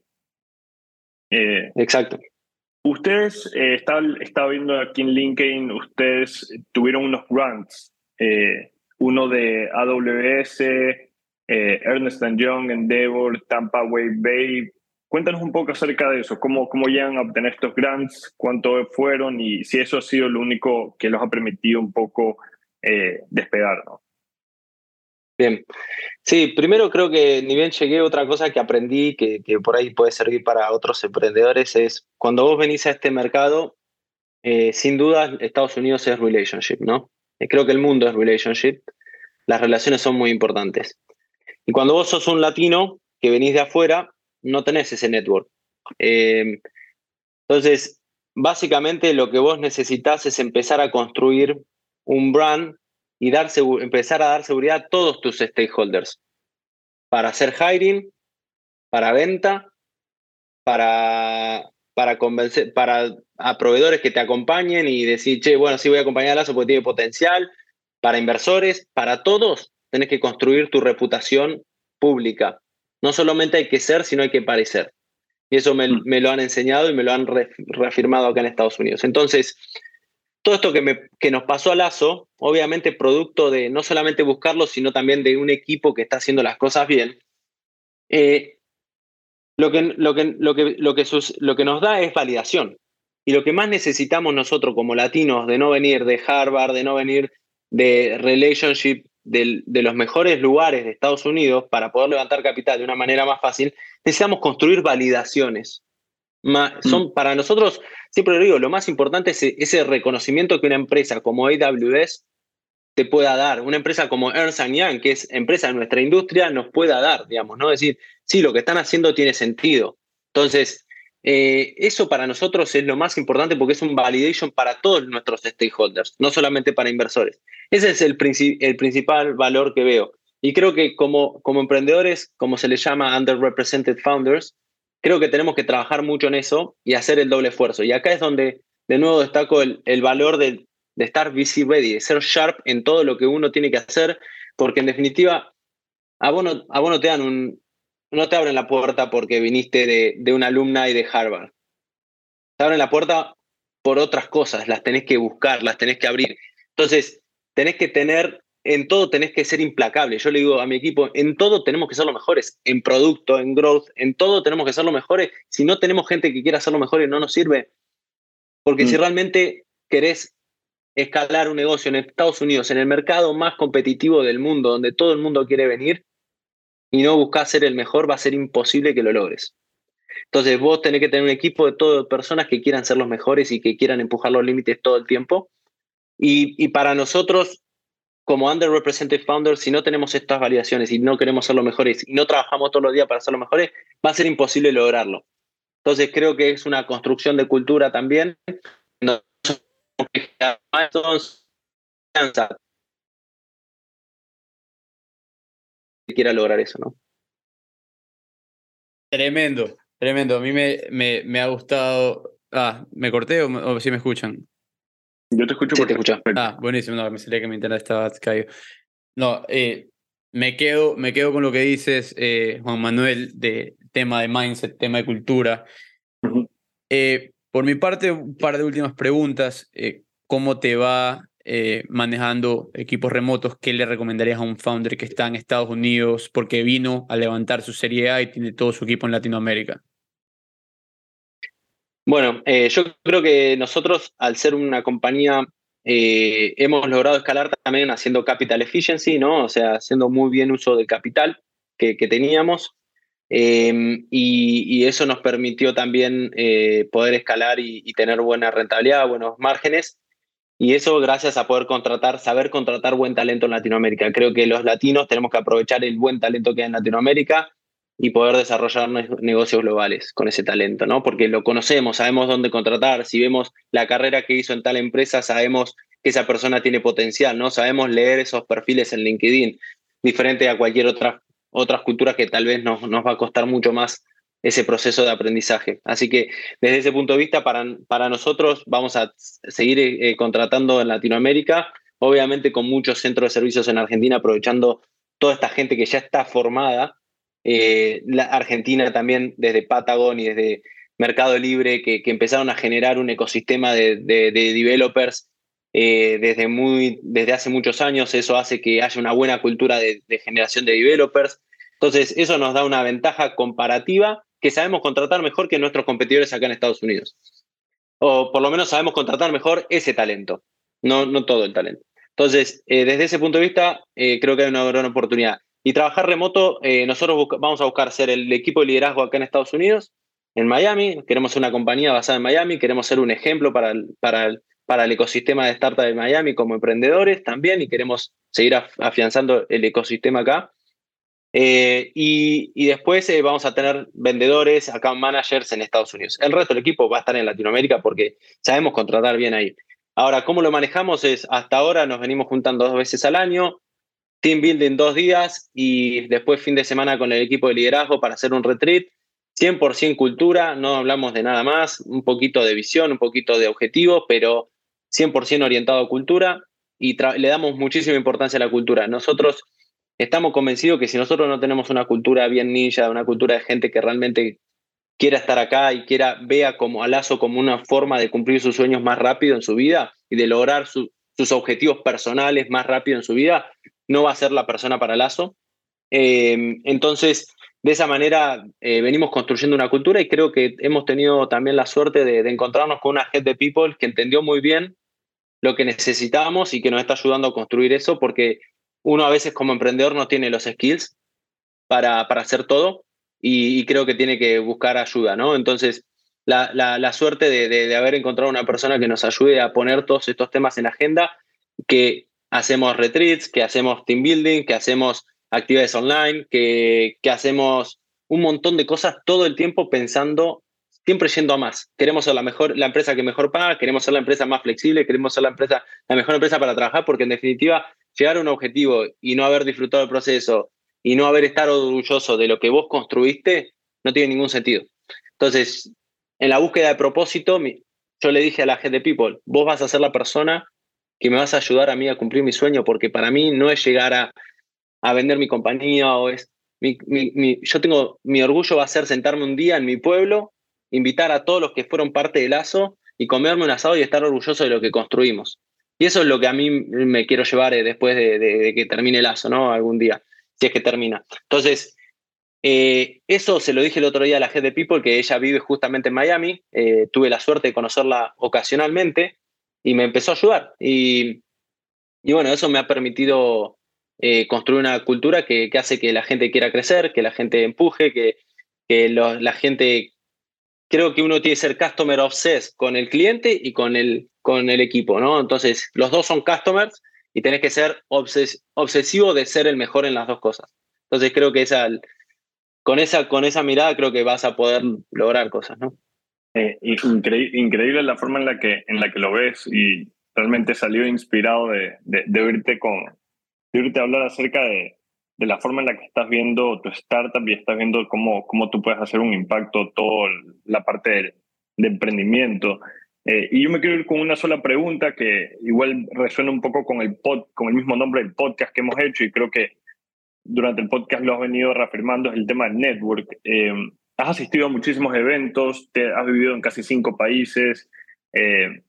Eh, Exacto. Ustedes, eh, estaba, estaba viendo aquí en LinkedIn, ustedes tuvieron unos grants, eh, uno de A W S, eh, Ernst and Young, Endeavor, Tampa Wave Bay. Cuéntanos un poco acerca de eso, cómo, cómo llegan a obtener estos grants, cuánto fueron y si eso ha sido lo único que los ha permitido un poco eh, despegar, ¿no? Bien. Sí, primero creo que ni bien llegué, otra cosa que aprendí que, que por ahí puede servir para otros emprendedores es cuando vos venís a este mercado, eh, sin duda Estados Unidos es relationship, ¿no? Creo que el mundo es relationship. Las relaciones son muy importantes. Y cuando vos sos un latino que venís de afuera, no tenés ese network. Eh, entonces, básicamente lo que vos necesitas es empezar a construir un brand y dar empezar a dar seguridad a todos tus stakeholders para hacer hiring, para venta, para, para convencer, para a proveedores que te acompañen y decir, che, bueno, sí voy a acompañar a Lazo porque tiene potencial, para inversores, para todos tenés que construir tu reputación pública. No solamente hay que ser, sino hay que parecer. Y eso me, me lo han enseñado y me lo han re, reafirmado acá en Estados Unidos. Entonces, todo esto que, me, que nos pasó a Lazo, obviamente producto de no solamente buscarlo, sino también de un equipo que está haciendo las cosas bien, eh, lo, que, lo, que, lo, que, lo, que sus, lo que nos da es validación. Y lo que más necesitamos nosotros como latinos, de no venir de Harvard, de no venir de relationship, de, de los mejores lugares de Estados Unidos para poder levantar capital de una manera más fácil, necesitamos construir validaciones. Son, para nosotros, siempre lo digo, lo más importante es ese reconocimiento que una empresa como A W S te pueda dar, una empresa como Ernst and Young, que es empresa de nuestra industria, nos pueda dar, digamos, ¿no? Decir, sí, lo que están haciendo tiene sentido. Entonces, eh, eso para nosotros es lo más importante porque es un validation para todos nuestros stakeholders, no solamente para inversores. Ese es el, princip- el principal valor que veo. Y creo que como, como emprendedores, como se les llama underrepresented founders, creo que tenemos que trabajar mucho en eso y hacer el doble esfuerzo. Y acá es donde, de nuevo, destaco el, el valor de, de estar V C ready, de ser sharp en todo lo que uno tiene que hacer, porque en definitiva, a vos no, a vos no te dan un, no te abren la puerta porque viniste de, de una alumna y de Harvard. Te abren la puerta por otras cosas, las tenés que buscar, las tenés que abrir. Entonces, tenés que tener, en todo tenés que ser implacable. Yo le digo a mi equipo, en todo tenemos que ser los mejores, en producto, en growth, en todo tenemos que ser los mejores. Si no tenemos gente que quiera ser los mejores, no nos sirve. Porque mm. si realmente querés escalar un negocio en Estados Unidos, en el mercado más competitivo del mundo, donde todo el mundo quiere venir, y no buscás ser el mejor, va a ser imposible que lo logres. Entonces vos tenés que tener un equipo de todas personas que quieran ser los mejores y que quieran empujar los límites todo el tiempo. Y, y para nosotros, como underrepresented founders, si no tenemos estas validaciones y no queremos ser los mejores y no trabajamos todos los días para ser los mejores, va a ser imposible lograrlo. Entonces creo que es una construcción de cultura también. No, quiera lograr eso, ¿no? Tremendo, tremendo. A mí me, me, me ha gustado. Ah, ¿me corté o, o si me escuchan? Yo te escucho. Sí, te escucho. Ah, buenísimo. No, me salía que mi internet estaba caído. No, eh, me quedo, me quedo con lo que dices, eh, Juan Manuel, de tema de mindset, tema de cultura. Uh-huh. Eh, por mi parte, un par de últimas preguntas. Eh, ¿Cómo te va eh, manejando equipos remotos? ¿Qué le recomendarías a un founder que está en Estados Unidos porque vino a levantar su serie A y tiene todo su equipo en Latinoamérica? Bueno, eh, yo creo que nosotros, al ser una compañía, eh, hemos logrado escalar también haciendo capital efficiency, ¿no? O sea, haciendo muy bien uso del capital que, que teníamos. Eh, y, y eso nos permitió también eh, poder escalar y, y tener buena rentabilidad, buenos márgenes. Y eso gracias a poder contratar, saber contratar buen talento en Latinoamérica. Creo que los latinos tenemos que aprovechar el buen talento que hay en Latinoamérica y poder desarrollar negocios globales con ese talento, ¿no? Porque lo conocemos, sabemos dónde contratar. Si vemos la carrera que hizo en tal empresa, sabemos que esa persona tiene potencial, ¿no? Sabemos leer esos perfiles en LinkedIn, diferente a cualquier otra otras culturas que tal vez nos, nos va a costar mucho más ese proceso de aprendizaje. Así que desde ese punto de vista, para, para nosotros vamos a seguir eh, contratando en Latinoamérica, obviamente con muchos centros de servicios en Argentina, aprovechando toda esta gente que ya está formada. Eh, la Argentina también, desde Patagon y desde Mercado Libre, que, que empezaron a generar un ecosistema de, de, de developers eh, desde, muy, desde hace muchos años. Eso hace que haya una buena cultura de, de generación de developers. Entonces, eso nos da una ventaja comparativa que sabemos contratar mejor que nuestros competidores acá en Estados Unidos. O por lo menos sabemos contratar mejor ese talento, no, no todo el talento. Entonces, eh, desde ese punto de vista, eh, creo que hay una gran oportunidad. Y trabajar remoto, eh, nosotros busca, vamos a buscar ser el equipo de liderazgo acá en Estados Unidos, en Miami. Queremos ser una compañía basada en Miami, queremos ser un ejemplo para el, para el, para el ecosistema de startup de Miami como emprendedores también, y queremos seguir af, afianzando el ecosistema acá. Eh, y, y después eh, vamos a tener vendedores, account managers en Estados Unidos. El resto del equipo va a estar en Latinoamérica porque sabemos contratar bien ahí. Ahora, ¿cómo lo manejamos? Es, hasta ahora nos venimos juntando dos veces al año, team building dos días y después fin de semana con el equipo de liderazgo para hacer un retreat. cien por ciento cultura, no hablamos de nada más, un poquito de visión, un poquito de objetivo, pero cien por ciento orientado a cultura y le damos muchísima importancia a la cultura. Nosotros estamos convencidos que si nosotros no tenemos una cultura bien ninja, una cultura de gente que realmente quiera estar acá y quiera vea como a Lazo como una forma de cumplir sus sueños más rápido en su vida y de lograr su, sus objetivos personales más rápido en su vida, no va a ser la persona para Lazo. Eh, entonces, de esa manera eh, venimos construyendo una cultura y creo que hemos tenido también la suerte de, de encontrarnos con una head de people que entendió muy bien lo que necesitábamos y que nos está ayudando a construir eso, porque uno a veces como emprendedor no tiene los skills para, para hacer todo y, y creo que tiene que buscar ayuda, ¿no? Entonces, la, la, la suerte de, de, de haber encontrado una persona que nos ayude a poner todos estos temas en la agenda, que hacemos retreats, que hacemos team building, que hacemos actividades online, que, que hacemos un montón de cosas todo el tiempo pensando, siempre yendo a más. Queremos ser la, mejor, la empresa que mejor paga, queremos ser la empresa más flexible, queremos ser la, empresa, la mejor empresa para trabajar, porque en definitiva llegar a un objetivo y no haber disfrutado el proceso y no haber estado orgulloso de lo que vos construiste no tiene ningún sentido. Entonces, en la búsqueda de propósito, yo le dije a la Head de People, vos vas a ser la persona que me vas a ayudar a mí a cumplir mi sueño, porque para mí no es llegar a, a vender mi compañía, o es, mi, mi, mi, yo tengo, mi orgullo va a ser sentarme un día en mi pueblo, invitar a todos los que fueron parte de Lazo y comerme un asado y estar orgulloso de lo que construimos. Y eso es lo que a mí me quiero llevar después de, de, de que termine Lazo, ¿no? Algún día, si es que termina. Entonces, eh, eso se lo dije el otro día a la Head de People, que ella vive justamente en Miami. Eh, tuve la suerte de conocerla ocasionalmente y me empezó a ayudar. Y, y bueno, eso me ha permitido eh, construir una cultura que, que hace que la gente quiera crecer, que la gente empuje, que, que lo, la gente... Creo que uno tiene que ser customer obsessed con el cliente y con el, con el equipo, ¿no? Entonces, los dos son customers y tenés que ser obses, obsesivo de ser el mejor en las dos cosas. Entonces, creo que esa, con, esa, con esa mirada creo que vas a poder lograr cosas, ¿no? Eh, increíble, increíble la forma en la, que, en la que lo ves y realmente salió inspirado de, de, de, oírte con, de oírte hablar acerca de, de la forma en la que estás viendo tu startup y estás viendo cómo, cómo tú puedes hacer un impacto, toda la parte de, de emprendimiento. Eh, y yo me quiero ir con una sola pregunta que igual resuena un poco con el, pod, con el mismo nombre del podcast que hemos hecho y creo que durante el podcast lo has venido reafirmando, es el tema del network. Eh, has asistido a muchísimos eventos, te has vivido en casi cinco países. Eh,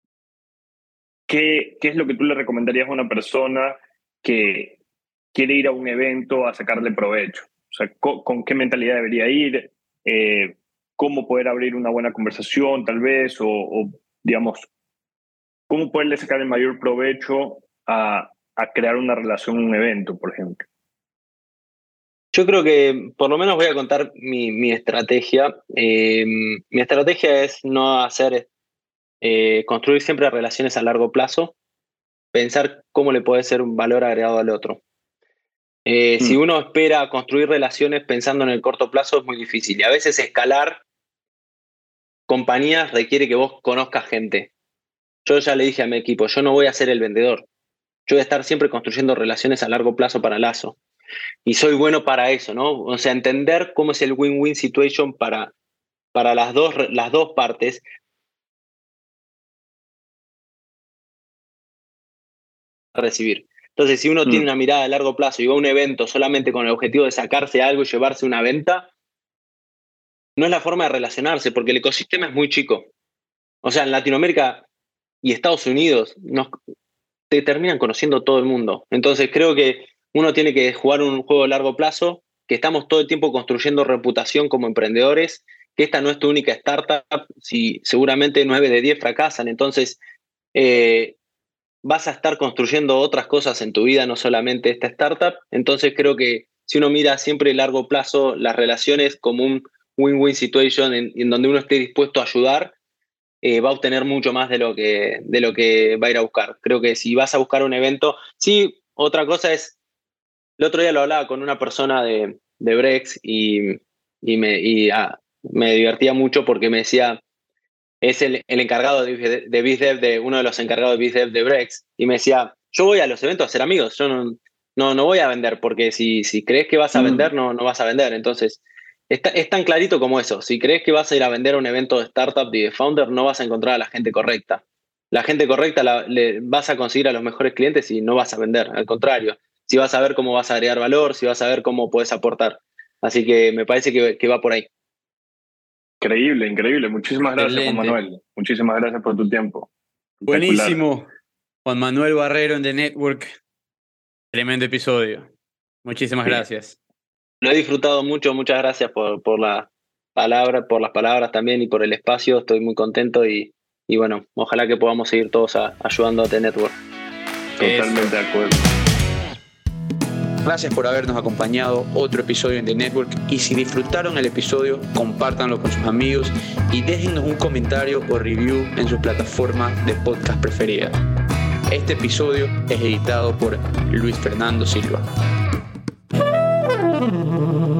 ¿qué, ¿Qué es lo que tú le recomendarías a una persona que quiere ir a un evento a sacarle provecho? O sea, ¿con, con qué mentalidad debería ir? Eh, ¿Cómo poder abrir una buena conversación, tal vez? O, o digamos, ¿cómo poderle sacar el mayor provecho a, a crear una relación en un evento, por ejemplo? Yo creo que, por lo menos voy a contar mi, mi estrategia. Eh, mi estrategia es no hacer, eh, construir siempre relaciones a largo plazo, pensar cómo le puede ser un valor agregado al otro. Eh, mm. Si uno espera construir relaciones pensando en el corto plazo es muy difícil y a veces escalar compañías requiere que vos conozcas gente. Yo ya le dije a mi equipo, yo no voy a ser el vendedor, yo voy a estar siempre construyendo relaciones a largo plazo para Lazo y soy bueno para eso, ¿no? O sea, entender cómo es el win-win situation para, para las, dos, las dos partes. Recibir. Entonces, si uno mm. tiene una mirada a largo plazo y va a un evento solamente con el objetivo de sacarse algo y llevarse una venta, no es la forma de relacionarse, porque el ecosistema es muy chico. O sea, en Latinoamérica y Estados Unidos nos, te terminan conociendo todo el mundo. Entonces, creo que uno tiene que jugar un juego a largo plazo, que estamos todo el tiempo construyendo reputación como emprendedores, que esta no es tu única startup, si seguramente nueve de diez fracasan. Entonces, eh, vas a estar construyendo otras cosas en tu vida, no solamente esta startup. Entonces creo que si uno mira siempre a largo plazo las relaciones como un win-win situation en, en donde uno esté dispuesto a ayudar, eh, va a obtener mucho más de lo, que, de lo que va a ir a buscar. Creo que si vas a buscar un evento... Sí, otra cosa es... El otro día lo hablaba con una persona de, de Brex y, y, me, y ah, me divertía mucho porque me decía... es el, el encargado de, de BizDev, de uno de los encargados de BizDev de Brex, y me decía, yo voy a los eventos a hacer amigos, yo no, no, no voy a vender, porque si, si crees que vas a vender, no, no vas a vender. Entonces, está, es tan clarito como eso. Si crees que vas a ir a vender a un evento de startup y de founder, no vas a encontrar a la gente correcta. La gente correcta la, le, vas a conseguir a los mejores clientes y no vas a vender, al contrario. Si vas a ver cómo vas a agregar valor, si vas a ver cómo puedes aportar. Así que me parece que, que va por ahí. Increíble, increíble. Muchísimas gracias, Excelente. Juan Manuel. Muchísimas gracias por tu tiempo. Buenísimo. Juan Manuel Barrero en The Network. Tremendo episodio. Muchísimas sí. gracias. Lo he disfrutado mucho. Muchas gracias por, por, la palabra, por las palabras también y por el espacio. Estoy muy contento y, y bueno, ojalá que podamos seguir todos a, ayudando a The Network. Totalmente de acuerdo. Gracias por habernos acompañado otro episodio en The Network y si disfrutaron el episodio, compártanlo con sus amigos y déjennos un comentario o review en su plataforma de podcast preferida. Este episodio es editado por Luis Fernando Silva.